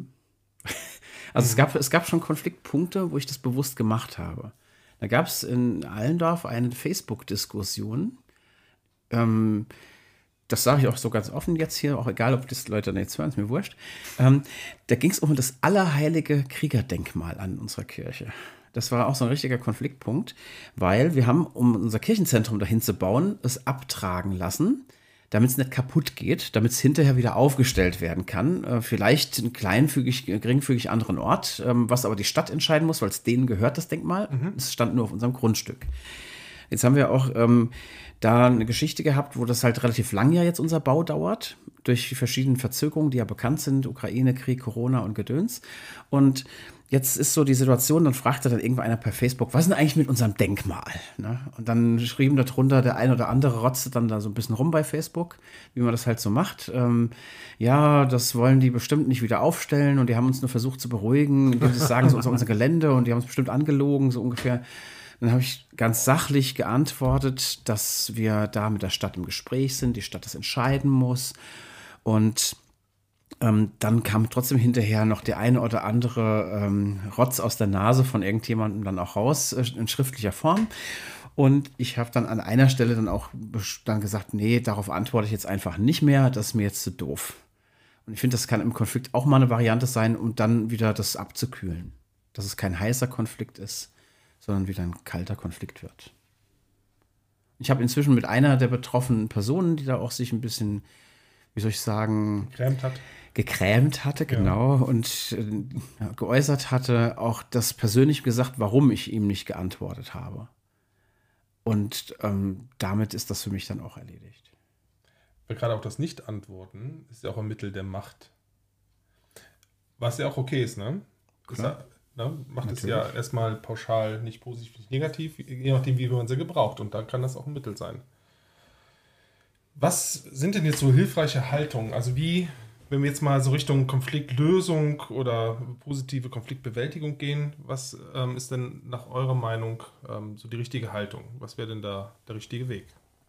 Also es gab, es gab schon Konfliktpunkte, wo ich das bewusst gemacht habe. Da gab es in Allendorf eine Facebook-Diskussion. Ähm, das sage ich auch so ganz offen jetzt hier, auch egal, ob das Leute jetzt hören, ist mir wurscht. Ähm, da ging es um das allerheilige Kriegerdenkmal an unserer Kirche. Das war auch so ein richtiger Konfliktpunkt, weil wir haben, um unser Kirchenzentrum dahin zu bauen, es abtragen lassen, damit es nicht kaputt geht, damit es hinterher wieder aufgestellt werden kann. Äh, vielleicht einen kleinfügig, geringfügig anderen Ort, ähm, was aber die Stadt entscheiden muss, weil es denen gehört, das Denkmal. Es stand nur auf unserem Grundstück. Jetzt haben wir auch ähm, da eine Geschichte gehabt, wo das halt relativ lang ja jetzt unser Bau dauert, durch die verschiedenen Verzögerungen, die ja bekannt sind, Ukraine-Krieg, Corona und Gedöns. Und jetzt ist so die Situation, dann fragte dann irgendwann einer per Facebook, was ist denn eigentlich mit unserem Denkmal? Ne? Und dann schrieben darunter, der ein oder andere rotzte dann da so ein bisschen rum bei Facebook, wie man das halt so macht. Ähm, ja, das wollen die bestimmt nicht wieder aufstellen und die haben uns nur versucht zu beruhigen, indem sie sagen, so unser, unser Gelände und die haben uns bestimmt angelogen, so ungefähr. Dann habe ich ganz sachlich geantwortet, dass wir da mit der Stadt im Gespräch sind, die Stadt das entscheiden muss. Und ähm, dann kam trotzdem hinterher noch der eine oder andere ähm, Rotz aus der Nase von irgendjemandem dann auch raus, äh, in schriftlicher Form. Und ich habe dann an einer Stelle dann auch dann gesagt, nee, darauf antworte ich jetzt einfach nicht mehr, das ist mir jetzt zu doof. Und ich finde, das kann im Konflikt auch mal eine Variante sein, um dann wieder das abzukühlen. Dass es kein heißer Konflikt ist, sondern wieder ein kalter Konflikt wird. Ich habe inzwischen mit einer der betroffenen Personen, die da auch sich ein bisschen, wie soll ich sagen, Gekrämt hat. gekrämt hatte, genau, ja. und äh, ja, geäußert hatte, auch das persönlich gesagt, warum ich ihm nicht geantwortet habe. Und ähm, damit ist das für mich dann auch erledigt. Weil gerade auch das Nicht-Antworten ist ja auch ein Mittel der Macht. Was ja auch okay ist, ne? Ist ja, ne? Macht Natürlich. Es ja erstmal pauschal nicht positiv, nicht negativ, je nachdem, wie man sie gebraucht. Und dann kann das auch ein Mittel sein. Was sind denn jetzt so hilfreiche Haltungen? Also wie, wenn wir jetzt mal so Richtung Konfliktlösung oder positive Konfliktbewältigung gehen, was ähm, ist denn nach eurer Meinung ähm, so die richtige Haltung? Was wäre denn da der richtige Weg?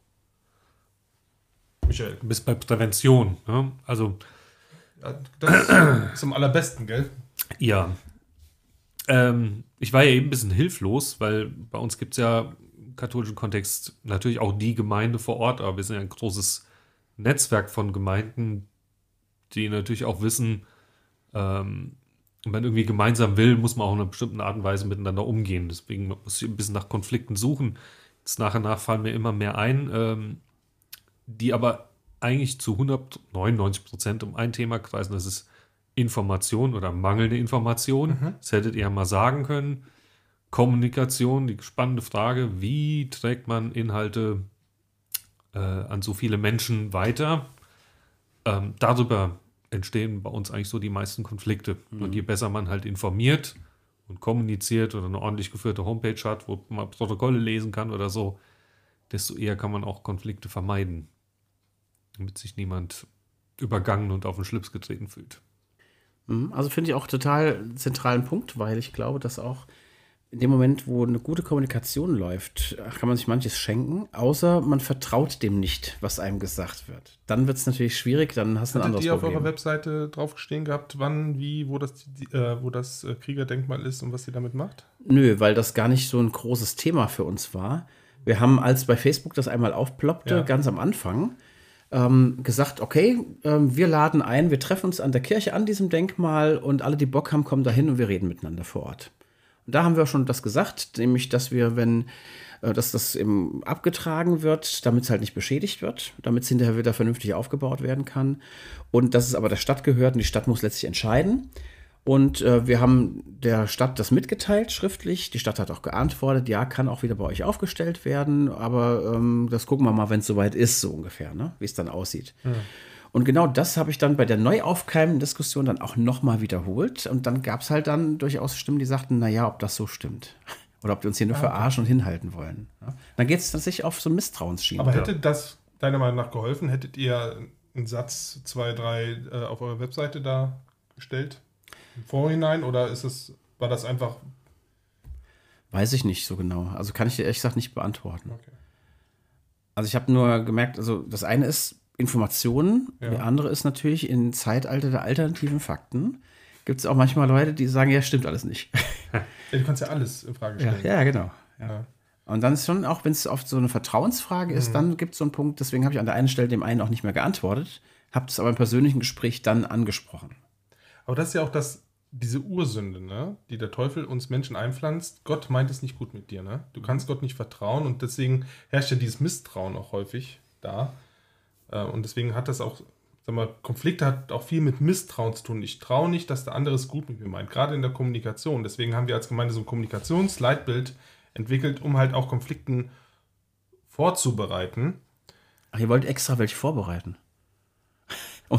Michael. Du bist bei Prävention, ne? Also ja, das ist am allerbesten, gell? Ja. Ähm, ich war ja eben ein bisschen hilflos, weil bei uns gibt es ja im katholischen Kontext natürlich auch die Gemeinde vor Ort, aber wir sind ja ein großes Netzwerk von Gemeinden, die natürlich auch wissen, Ähm, wenn man irgendwie gemeinsam will, muss man auch in einer bestimmten Art und Weise miteinander umgehen. Deswegen muss ich ein bisschen nach Konflikten suchen. Jetzt nach und nach fallen mir immer mehr ein, ähm, die aber eigentlich zu hundertneunundneunzig Prozent um ein Thema kreisen. Das ist Information oder mangelnde Information. Mhm. Das hättet ihr mal sagen können. Kommunikation, die spannende Frage, wie trägt man Inhalte äh, an so viele Menschen weiter? Ähm, darüber entstehen bei uns eigentlich so die meisten Konflikte. Mhm. Und je besser man halt informiert und kommuniziert oder eine ordentlich geführte Homepage hat, wo man Protokolle lesen kann oder so, desto eher kann man auch Konflikte vermeiden, damit sich niemand übergangen und auf den Schlips getreten fühlt. Also finde ich auch total zentralen Punkt, weil ich glaube, dass auch in dem Moment, wo eine gute Kommunikation läuft, kann man sich manches schenken, außer man vertraut dem nicht, was einem gesagt wird. Dann wird es natürlich schwierig, dann hast du ein anderes Hattet ihr auf Problem. eurer Webseite draufstehen gehabt, wann, wie, wo das, die, äh, wo das äh, Kriegerdenkmal ist und was ihr damit macht? Nö, weil das gar nicht so ein großes Thema für uns war. Wir haben, als bei Facebook das einmal aufploppte, Ja. ganz am Anfang, ähm, gesagt, okay, ähm, wir laden ein, wir treffen uns an der Kirche an diesem Denkmal und alle, die Bock haben, kommen dahin und wir reden miteinander vor Ort. Und da haben wir schon das gesagt, nämlich, dass wir, wenn, äh, dass das eben abgetragen wird, damit es halt nicht beschädigt wird, damit es hinterher wieder vernünftig aufgebaut werden kann und dass es aber der Stadt gehört und die Stadt muss letztlich entscheiden. Und äh, wir haben der Stadt das mitgeteilt, schriftlich. Die Stadt hat auch geantwortet, ja, kann auch wieder bei euch aufgestellt werden, aber ähm, das gucken wir mal, wenn es soweit ist, so ungefähr, ne? Wie es dann aussieht. Ja. Und genau das habe ich dann bei der neu aufkeimenden Diskussion dann auch nochmal wiederholt. Und dann gab es halt dann durchaus Stimmen, die sagten, naja, ob das so stimmt. Oder ob die uns hier nur ah, okay. verarschen und hinhalten wollen. Ja? Dann geht es tatsächlich auf so Misstrauensschienen. Aber hätte das deiner Meinung nach geholfen? Hättet ihr einen Satz, zwei, drei äh, auf eurer Webseite da gestellt? Im Vorhinein? Oder ist es, war das einfach... Weiß ich nicht so genau. Also kann ich dir ehrlich gesagt nicht beantworten. Okay. Also ich habe nur gemerkt, also das eine ist Informationen, ja. Die andere ist natürlich im Zeitalter der alternativen Fakten gibt es auch manchmal Leute, die sagen, ja, stimmt alles nicht. Ja, du kannst ja alles in Frage stellen. Ja, ja genau. Ja. Ja. Und dann ist schon, auch wenn es oft so eine Vertrauensfrage ist, mhm. dann gibt es so einen Punkt, deswegen habe ich an der einen Stelle dem einen auch nicht mehr geantwortet, habe es aber im persönlichen Gespräch dann angesprochen. Aber das ist ja auch das, diese Ursünde, ne, die der Teufel uns Menschen einpflanzt. Gott meint es nicht gut mit dir, ne? Du kannst Gott nicht vertrauen und deswegen herrscht ja dieses Misstrauen auch häufig da. Und deswegen hat das auch, sag mal, Konflikte hat auch viel mit Misstrauen zu tun. Ich traue nicht, dass der andere es gut mit mir meint, gerade in der Kommunikation. Deswegen haben wir als Gemeinde so ein Kommunikationsleitbild entwickelt, um halt auch Konflikten vorzubereiten. Ach, ihr wollt extra welche vorbereiten? um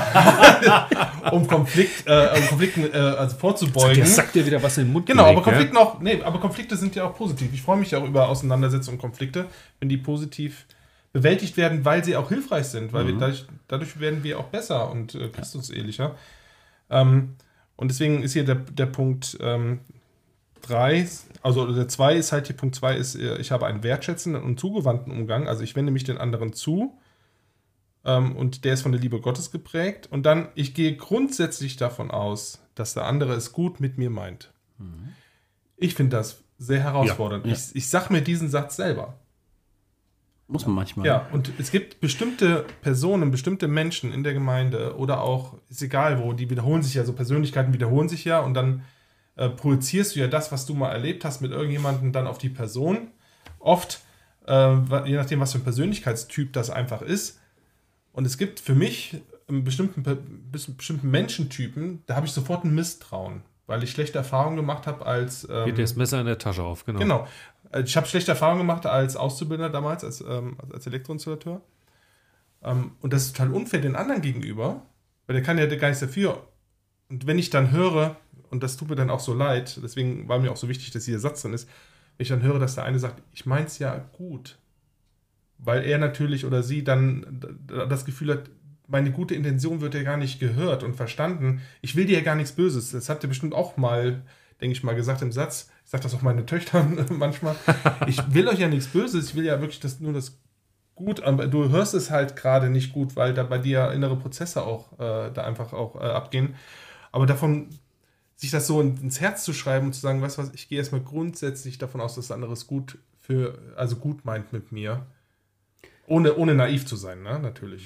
Konflikt, äh, um Konflikten äh, also vorzubeugen. Jetzt sagt dir wieder was in den Mund. Genau, gelegt, aber Konflikte, ja? auch, nee, aber Konflikte sind ja auch positiv. Ich freue mich ja auch über Auseinandersetzungen und Konflikte, wenn die positiv bewältigt werden, weil sie auch hilfreich sind, weil mhm. wir dadurch, dadurch werden wir auch besser und äh, Christusähnlicher. Ähm, und deswegen ist hier der, der Punkt drei, ähm, also der zwei ist halt hier, Punkt zwei ist, ich habe einen wertschätzenden und zugewandten Umgang, also ich wende mich den anderen zu ähm, und der ist von der Liebe Gottes geprägt und dann, ich gehe grundsätzlich davon aus, dass der andere es gut mit mir meint. Mhm. Ich finde das sehr herausfordernd. Ja, ja. Ich, ich sage mir diesen Satz selber. Muss man manchmal. Ja, und es gibt bestimmte Personen, bestimmte Menschen in der Gemeinde oder auch, ist egal wo, die wiederholen sich ja, so Persönlichkeiten wiederholen sich ja und dann äh, projizierst du ja das, was du mal erlebt hast mit irgendjemandem dann auf die Person. Oft, äh, je nachdem, was für ein Persönlichkeitstyp das einfach ist. Und es gibt für mich einen bestimmten, bestimmten Menschentypen, da habe ich sofort ein Misstrauen, weil ich schlechte Erfahrungen gemacht habe als... Ähm, Geht dir das Messer in der Tasche auf, genau. Genau. Ich habe schlechte Erfahrungen gemacht als Auszubildender damals, als, ähm, als Elektroinstallateur. Ähm, und das ist total unfair den anderen gegenüber, weil der kann ja gar nichts dafür. Und wenn ich dann höre, und das tut mir dann auch so leid, deswegen war mir auch so wichtig, dass hier der Satz drin ist, wenn ich dann höre, dass der eine sagt, ich meine es ja gut, weil er natürlich oder sie dann das Gefühl hat, meine gute Intention wird ja gar nicht gehört und verstanden. Ich will dir ja gar nichts Böses. Das habt ihr bestimmt auch mal, denke ich mal, gesagt im Satz. Ich sage das auch meine Töchter manchmal. Ich will euch ja nichts Böses. Ich will ja wirklich das, nur das gut. Aber du hörst es halt gerade nicht gut, weil da bei dir innere Prozesse auch äh, da einfach auch äh, abgehen. Aber davon, sich das so ins Herz zu schreiben und zu sagen, weißt du was, ich gehe erstmal grundsätzlich davon aus, dass das andere es gut für, also gut meint mit mir. Ohne, ohne naiv zu sein, ne? Natürlich.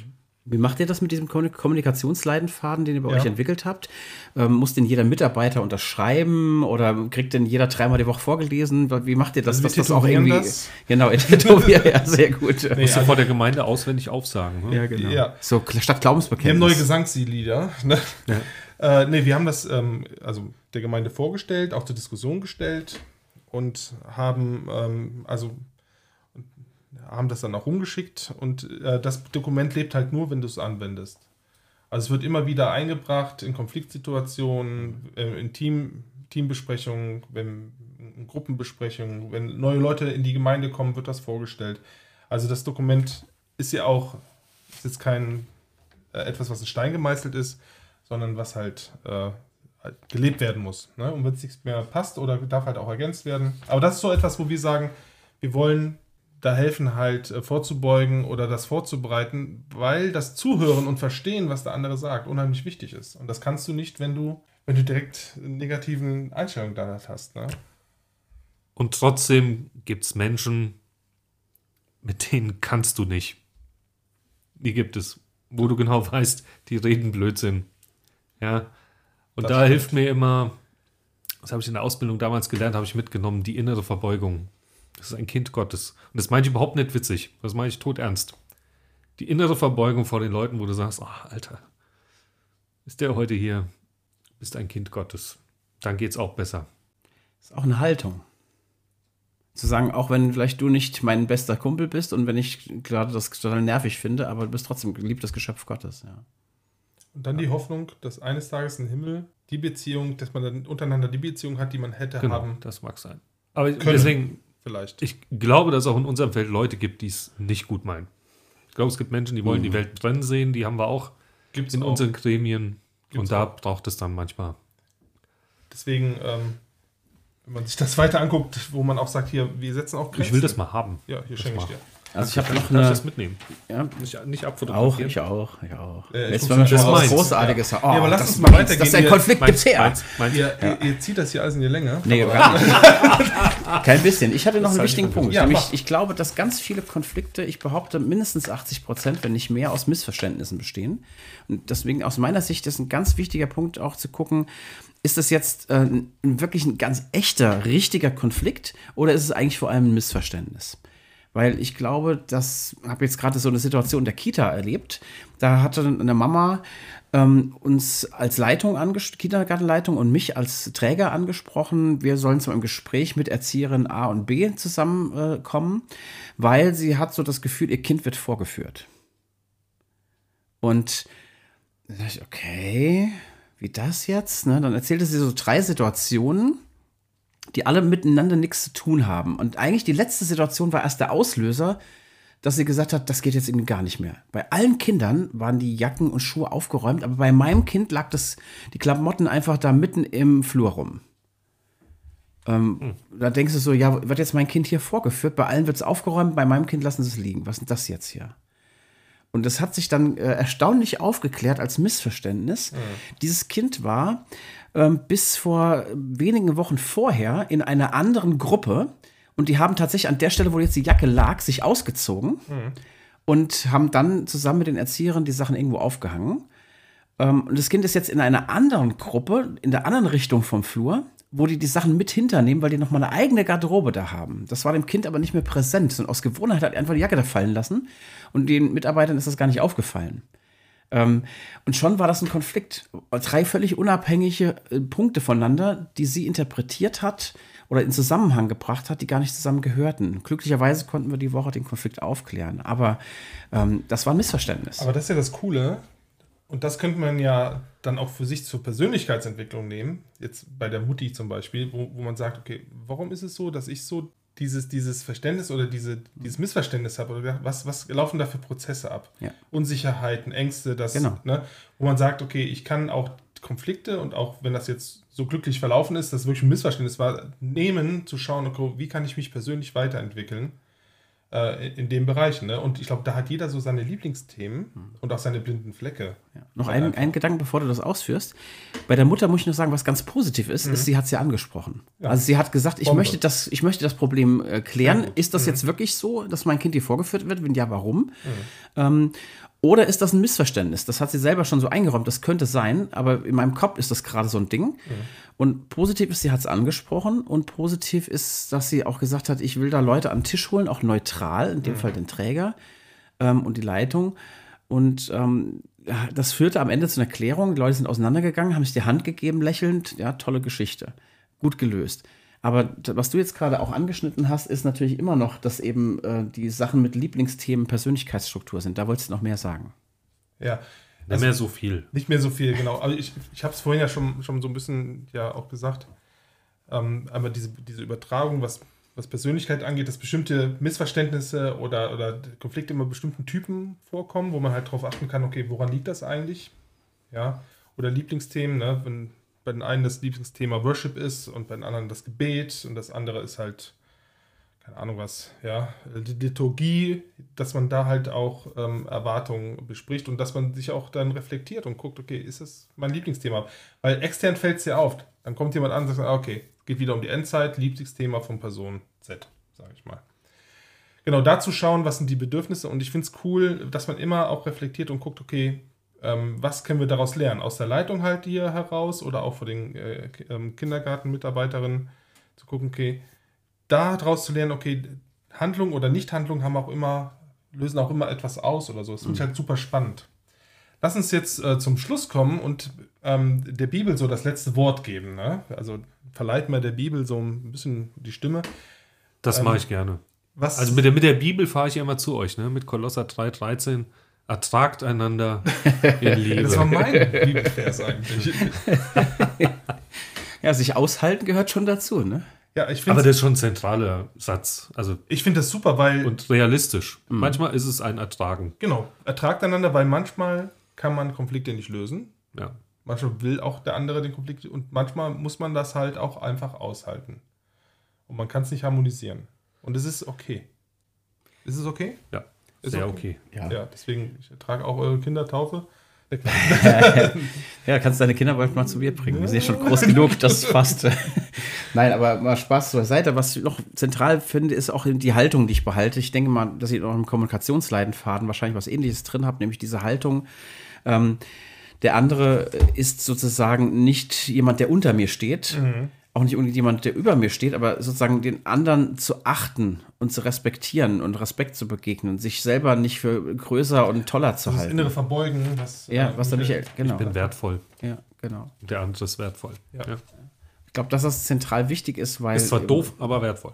Wie macht ihr das mit diesem Kommunikationsleidenfaden, den ihr bei Ja. euch entwickelt habt? Ähm, muss den jeder Mitarbeiter unterschreiben oder kriegt denn jeder dreimal die Woche vorgelesen? Wie macht ihr das? Also wir dass das auch tätowieren irgendwie. das. Genau, ihr tätowiert, ja, sehr gut. Nee, Musst du also- vor der Gemeinde auswendig aufsagen. Ne? Ja, genau. Ja. So, statt Wir haben Glaubensbekenntnis. neue Gesangslieder. Ne? Äh, nee, wir haben das ähm, also der Gemeinde vorgestellt, auch zur Diskussion gestellt und haben ähm, also haben das dann auch rumgeschickt und äh, das Dokument lebt halt nur, wenn du es anwendest. Also es wird immer wieder eingebracht in Konfliktsituationen, äh, in Team, Teambesprechungen, wenn, in Gruppenbesprechungen, wenn neue Leute in die Gemeinde kommen, wird das vorgestellt. Also das Dokument ist ja auch ist jetzt kein äh, etwas, was in Stein gemeißelt ist, sondern was halt, äh, halt gelebt werden muss. Ne? Und wenn es nichts mehr passt oder darf halt auch ergänzt werden. Aber das ist so etwas, wo wir sagen, wir wollen da helfen halt äh, vorzubeugen oder das vorzubereiten, weil das Zuhören und Verstehen, was der andere sagt, unheimlich wichtig ist. Und das kannst du nicht, wenn du, wenn du direkt negativen Einstellungen da hast. Ne? Und trotzdem gibt es Menschen, mit denen kannst du nicht. Die gibt es, wo du genau weißt, die reden Blödsinn. Ja. Und Das da stimmt. hilft mir immer, das habe ich in der Ausbildung damals gelernt, habe ich mitgenommen, die innere Verbeugung. Das ist ein Kind Gottes. Und das meine ich überhaupt nicht witzig. Das meine ich todernst. Die innere Verbeugung vor den Leuten, wo du sagst, ach, Alter, ist der heute hier? Bist ein Kind Gottes. Dann geht's auch besser. Das ist auch eine Haltung. Zu sagen, auch wenn vielleicht du nicht mein bester Kumpel bist und wenn ich gerade das total nervig finde, aber du bist trotzdem geliebtes Geschöpf Gottes. Ja. Und dann die Hoffnung, dass eines Tages im Himmel die Beziehung, dass man dann untereinander die Beziehung hat, die man hätte Genau, haben das mag sein. Aber können. deswegen, Vielleicht. ich glaube, dass es auch in unserem Feld Leute gibt, die es nicht gut meinen. Ich glaube, es gibt Menschen, die wollen die Welt brennen sehen, die haben wir auch Gibt's in auch. unseren Gremien. Gibt's Und da auch. braucht es dann manchmal. Deswegen, ähm, wenn man sich das weiter anguckt, wo man auch sagt, hier, wir setzen auch Grenzen. Ich will das mal haben. Ja, hier Das schenke ich mal. dir. Also ich habe noch Darf ich eine. das mitnehmen? Ja, Nicht, nicht auch, abfotografieren. ich auch, ich auch. Äh, ich Jetzt, guck's wenn wir mir schon schon was aus. Großartiges haben. Oh, Ja, aber lass das uns ist mal meins. weitergehen. Das ist ein Wir- Konflikt, gibt's her. Meins, meins. Ihr, ihr, ihr zieht das hier alles in die Länge. Nee, Aber- gar nicht. Kein bisschen. Ich hatte noch einen halte ich wichtigen für Punkt. Ja, nämlich, mach. ich glaube, dass ganz viele Konflikte, ich behaupte, mindestens achtzig Prozent, wenn nicht mehr, aus Missverständnissen bestehen. Und deswegen aus meiner Sicht ist ein ganz wichtiger Punkt auch zu gucken, ist das jetzt äh, ein, wirklich ein ganz echter, richtiger Konflikt oder ist es eigentlich vor allem ein Missverständnis? Weil ich glaube, das habe jetzt gerade so eine Situation der Kita erlebt. Da hatte eine Mama ähm, uns als Leitung angesprochen, Kindergartenleitung und mich als Träger angesprochen. Wir sollen zu einem Gespräch mit Erzieherin A und B zusammenkommen, äh, weil sie hat so das Gefühl, ihr Kind wird vorgeführt. Und da dachte ich, okay, wie das jetzt? Ne? Dann erzählte sie so drei Situationen, die alle miteinander nichts zu tun haben. Und eigentlich die letzte Situation war erst der Auslöser, dass sie gesagt hat, das geht jetzt irgendwie gar nicht mehr. Bei allen Kindern waren die Jacken und Schuhe aufgeräumt, aber bei meinem Kind lag das, die Klamotten einfach da mitten im Flur rum. Ähm, hm. Da denkst du so, ja, wird jetzt mein Kind hier vorgeführt? Bei allen wird es aufgeräumt, bei meinem Kind lassen sie es liegen. Was ist denn das jetzt hier? Und das hat sich dann äh, erstaunlich aufgeklärt als Missverständnis. Mhm. Dieses Kind war ähm, bis vor wenigen Wochen vorher in einer anderen Gruppe und die haben tatsächlich an der Stelle, wo jetzt die Jacke lag, sich ausgezogen mhm. und haben dann zusammen mit den Erzieherinnen die Sachen irgendwo aufgehangen. Ähm, und das Kind ist jetzt in einer anderen Gruppe, in der anderen Richtung vom Flur, wo die die Sachen mit hinternehmen, weil die noch mal eine eigene Garderobe da haben. Das war dem Kind aber nicht mehr präsent. Und aus Gewohnheit hat er einfach die Jacke da fallen lassen. Und den Mitarbeitern ist das gar nicht aufgefallen. Ähm, und schon war das ein Konflikt. Drei völlig unabhängige äh, Punkte voneinander, die sie interpretiert hat oder in Zusammenhang gebracht hat, die gar nicht zusammen gehörten. Glücklicherweise konnten wir die Woche den Konflikt aufklären. Aber ähm, das war ein Missverständnis. Aber das ist ja das Coole. Und das könnte man ja dann auch für sich zur Persönlichkeitsentwicklung nehmen. Jetzt bei der Mutti zum Beispiel, wo, wo man sagt, okay, warum ist es so, dass ich so dieses, dieses Verständnis oder diese, dieses Missverständnis habe? Oder was, was laufen da für Prozesse ab? Ja. Unsicherheiten, Ängste, das, Genau. ne, wo man sagt, okay, ich kann auch Konflikte und auch wenn das jetzt so glücklich verlaufen ist, dass wirklich ein Missverständnis war, nehmen, zu schauen, okay, wie kann ich mich persönlich weiterentwickeln? In den Bereichen. Ne? Und ich glaube, da hat jeder so seine Lieblingsthemen hm. und auch seine blinden Flecke. Ja. Noch ein, ein Gedanken, bevor du das ausführst. Bei der Mutter muss ich noch sagen, was ganz positiv ist, mhm. ist, sie hat es ja angesprochen. Ja. Also sie hat gesagt, ich möchte, das, ich möchte das Problem äh, klären. Ist das mhm. jetzt wirklich so, dass mein Kind hier vorgeführt wird? Wenn ja, warum? Mhm. Ähm, Oder ist das ein Missverständnis? Das hat sie selber schon so eingeräumt, das könnte sein, aber in meinem Kopf ist das gerade so ein Ding. Mhm. Und positiv ist, sie hat es angesprochen und positiv ist, dass sie auch gesagt hat, ich will da Leute an den Tisch holen, auch neutral, in dem mhm. Fall den Träger ähm, und die Leitung. Und ähm, das führte am Ende zu einer Klärung. Die Leute sind auseinandergegangen, haben sich die Hand gegeben, lächelnd. Ja, tolle Geschichte. Gut gelöst. Aber was du jetzt gerade auch angeschnitten hast, ist natürlich immer noch, dass eben äh, die Sachen mit Lieblingsthemen Persönlichkeitsstruktur sind. Da wolltest du noch mehr sagen. Ja. Nicht also, mehr so viel. Nicht mehr so viel, genau. Aber ich, ich habe es vorhin ja schon, schon so ein bisschen ja auch gesagt. Ähm, aber diese, diese Übertragung, was, was Persönlichkeit angeht, dass bestimmte Missverständnisse oder, oder Konflikte immer bestimmten Typen vorkommen, wo man halt darauf achten kann, okay, woran liegt das eigentlich? Ja. Oder Lieblingsthemen, ne? Wenn bei den einen das Lieblingsthema Worship ist und bei den anderen das Gebet und das andere ist halt, keine Ahnung was, ja, die Liturgie, dass man da halt auch ähm, Erwartungen bespricht und dass man sich auch dann reflektiert und guckt, okay, ist das mein Lieblingsthema? Weil extern fällt es ja auf. Dann kommt jemand an und sagt, okay, geht wieder um die Endzeit, Lieblingsthema von Person Z, sage ich mal. Genau, dazu schauen, was sind die Bedürfnisse und ich finde es cool, dass man immer auch reflektiert und guckt, okay, was können wir daraus lernen? Aus der Leitung halt hier heraus oder auch von den äh, Kindergartenmitarbeiterinnen zu gucken, okay, daraus zu lernen, okay, Handlung oder Nichthandlung haben auch immer, lösen auch immer etwas aus oder so. Das finde ich halt super spannend. Lass uns jetzt äh, zum Schluss kommen und ähm, der Bibel so das letzte Wort geben. Ne? Also verleiht mal der Bibel so ein bisschen die Stimme. Das ähm, mache ich gerne. Was? Also mit der, mit der Bibel fahre ich ja immer zu euch, ne? Mit Kolosser drei dreizehn. Ertragt einander in Liebe. Das war mein Bibelvers eigentlich. Ja, sich aushalten gehört schon dazu, ne? Ja, ich Aber das ist schon ein zentraler Satz. Also ich finde das super, weil... Und realistisch. Mhm. Manchmal ist es ein Ertragen. Genau, ertragt einander, weil manchmal kann man Konflikte nicht lösen. Ja. Manchmal will auch der andere den Konflikt und manchmal muss man das halt auch einfach aushalten. Und man kann es nicht harmonisieren. Und es ist okay. Ist es okay? Ja. Ist sehr okay. okay. Ja. ja, deswegen, ich trage auch eure Kindertaufe. Ja, kannst deine Kinder bald mal zu mir bringen. Wir sind ja schon groß genug, das passt. Nein, aber mal Spaß zur Seite. Was ich noch zentral finde, ist auch die Haltung, die ich behalte. Ich denke mal, dass ihr noch im Kommunikationsleidenfaden wahrscheinlich was Ähnliches drin habt, nämlich diese Haltung. Ähm, der andere ist sozusagen nicht jemand, der unter mir steht. Mhm. Auch nicht unbedingt jemand, der über mir steht, aber sozusagen den anderen zu achten und zu respektieren und Respekt zu begegnen, sich selber nicht für größer und toller zu das halten. Das innere Verbeugen. Was, ja, was der Michael, genau. Ich bin wertvoll. Ja, genau. Der andere ist wertvoll. Ja. Ja. Ich glaube, dass das zentral wichtig ist, weil... Ist zwar doof, aber wertvoll.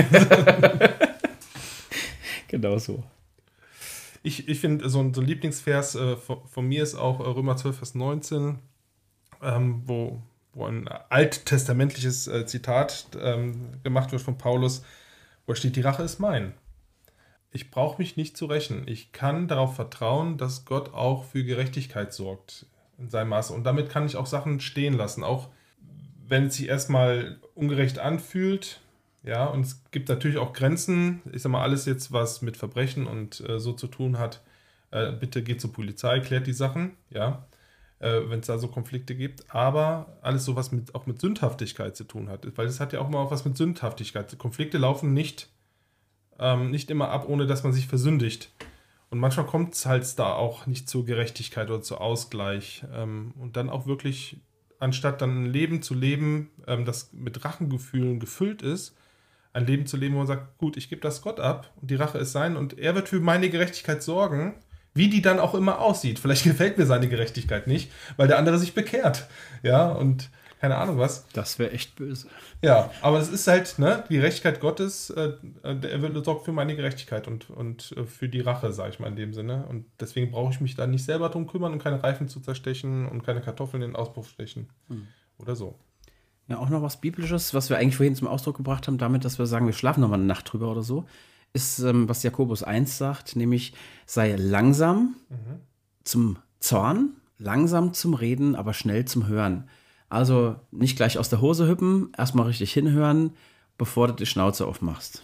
Genau so. Ich, ich finde, so ein, so ein Lieblingsvers äh, von, von mir ist auch Römer zwölf, Vers neunzehn, ähm, wo... wo ein alttestamentliches äh, Zitat ähm, gemacht wird von Paulus, wo steht, die Rache ist mein. Ich brauche mich nicht zu rächen. Ich kann darauf vertrauen, dass Gott auch für Gerechtigkeit sorgt in seinem Maße. Und damit kann ich auch Sachen stehen lassen, auch wenn es sich erstmal ungerecht anfühlt. Ja, und es gibt natürlich auch Grenzen. Ich sag mal, alles jetzt, was mit Verbrechen und äh, so zu tun hat, äh, bitte geht zur Polizei, klärt die Sachen, ja. Wenn es da so Konflikte gibt, aber alles so, was mit, auch mit Sündhaftigkeit zu tun hat, weil es hat ja auch immer auch was mit Sündhaftigkeit. Konflikte laufen nicht, ähm, nicht immer ab, ohne dass man sich versündigt. Und manchmal kommt es halt da auch nicht zur Gerechtigkeit oder zu Ausgleich. Ähm, und dann auch wirklich, anstatt dann ein Leben zu leben, ähm, das mit Rachengefühlen gefüllt ist, ein Leben zu leben, wo man sagt, gut, ich gebe das Gott ab und die Rache ist sein und er wird für meine Gerechtigkeit sorgen, wie die dann auch immer aussieht. Vielleicht gefällt mir seine Gerechtigkeit nicht, weil der andere sich bekehrt. Ja, und keine Ahnung was. Das wäre echt böse. Ja, aber es ist halt, ne, die Gerechtigkeit Gottes, äh, er wird, sorgt für meine Gerechtigkeit und, und äh, für die Rache, sage ich mal in dem Sinne. Und deswegen brauche ich mich da nicht selber drum kümmern und keine Reifen zu zerstechen und keine Kartoffeln in den Auspuff stechen. Hm. Oder so. Ja, auch noch was Biblisches, was wir eigentlich vorhin zum Ausdruck gebracht haben, damit, dass wir sagen, wir schlafen noch mal eine Nacht drüber oder so. Ist, ähm, was Jakobus eins sagt, nämlich sei langsam mhm. zum Zorn, langsam zum Reden, aber schnell zum Hören. Also nicht gleich aus der Hose hüppen, erstmal richtig hinhören, bevor du die Schnauze aufmachst.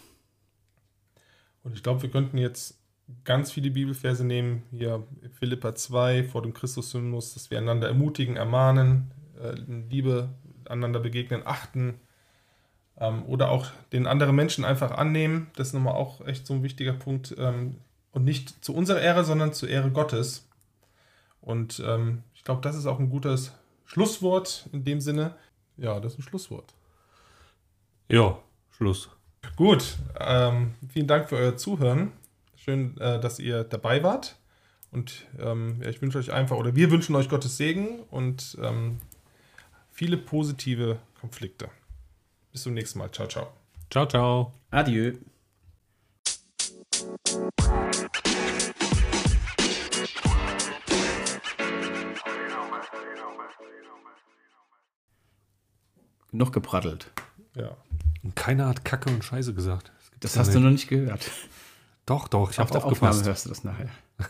Und ich glaube, wir könnten jetzt ganz viele Bibelverse nehmen, hier Philipper zwei, vor dem Christus-Hymnus, dass wir einander ermutigen, ermahnen, äh, Liebe einander begegnen, achten, Ähm, oder auch den anderen Menschen einfach annehmen. Das ist nochmal auch echt so ein wichtiger Punkt. Ähm, Und nicht zu unserer Ehre, sondern zur Ehre Gottes. Und ähm, ich glaube, das ist auch ein gutes Schlusswort in dem Sinne. Ja, das ist ein Schlusswort. Ja, Schluss. Gut, ähm, vielen Dank für euer Zuhören. Schön, äh, dass ihr dabei wart. Und ähm, ja, ich wünsche euch einfach, oder wir wünschen euch Gottes Segen und ähm, viele positive Konflikte. Bis zum nächsten Mal. Ciao, ciao. Ciao, ciao. Adieu. Genug geprattelt. Ja. Und keiner hat Kacke und Scheiße gesagt. Das, Das hast du noch nicht gehört. Doch, doch, ich Auf habe der Aufnahme aufgepasst. hörst du das nachher.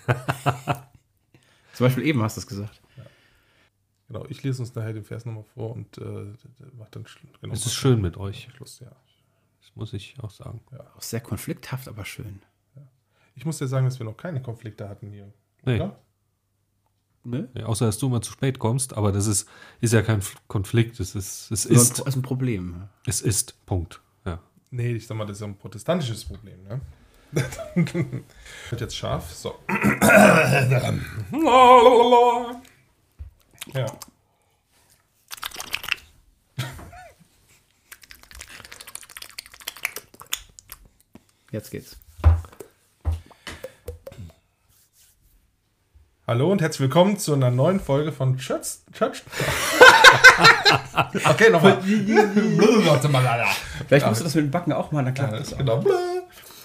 Zum Beispiel eben hast du es gesagt. Genau, ich lese uns nachher den Vers nochmal vor und äh, macht dann Schluss. Genau, Es ist schön mit euch. Schluss, ja. Das muss ich auch sagen. Auch sehr konflikthaft, aber schön. Ich muss dir sagen, dass wir noch keine Konflikte hatten hier. Nee. Oder? Ne? Ja, außer, dass du mal zu spät kommst, aber das ist, ist ja kein F- Konflikt. Es ist, es Das ist, ist ein Problem. es ist, Punkt. Ja. Nee, ich sag mal, das ist ja ein protestantisches Problem, ne? Wird jetzt scharf. So. Ja. Jetzt geht's. Hallo und herzlich willkommen zu einer neuen Folge von Church. Church. Okay, nochmal. Warte mal, Alter. Vielleicht musst du das mit dem Backen auch mal, na klar. Ja, genau.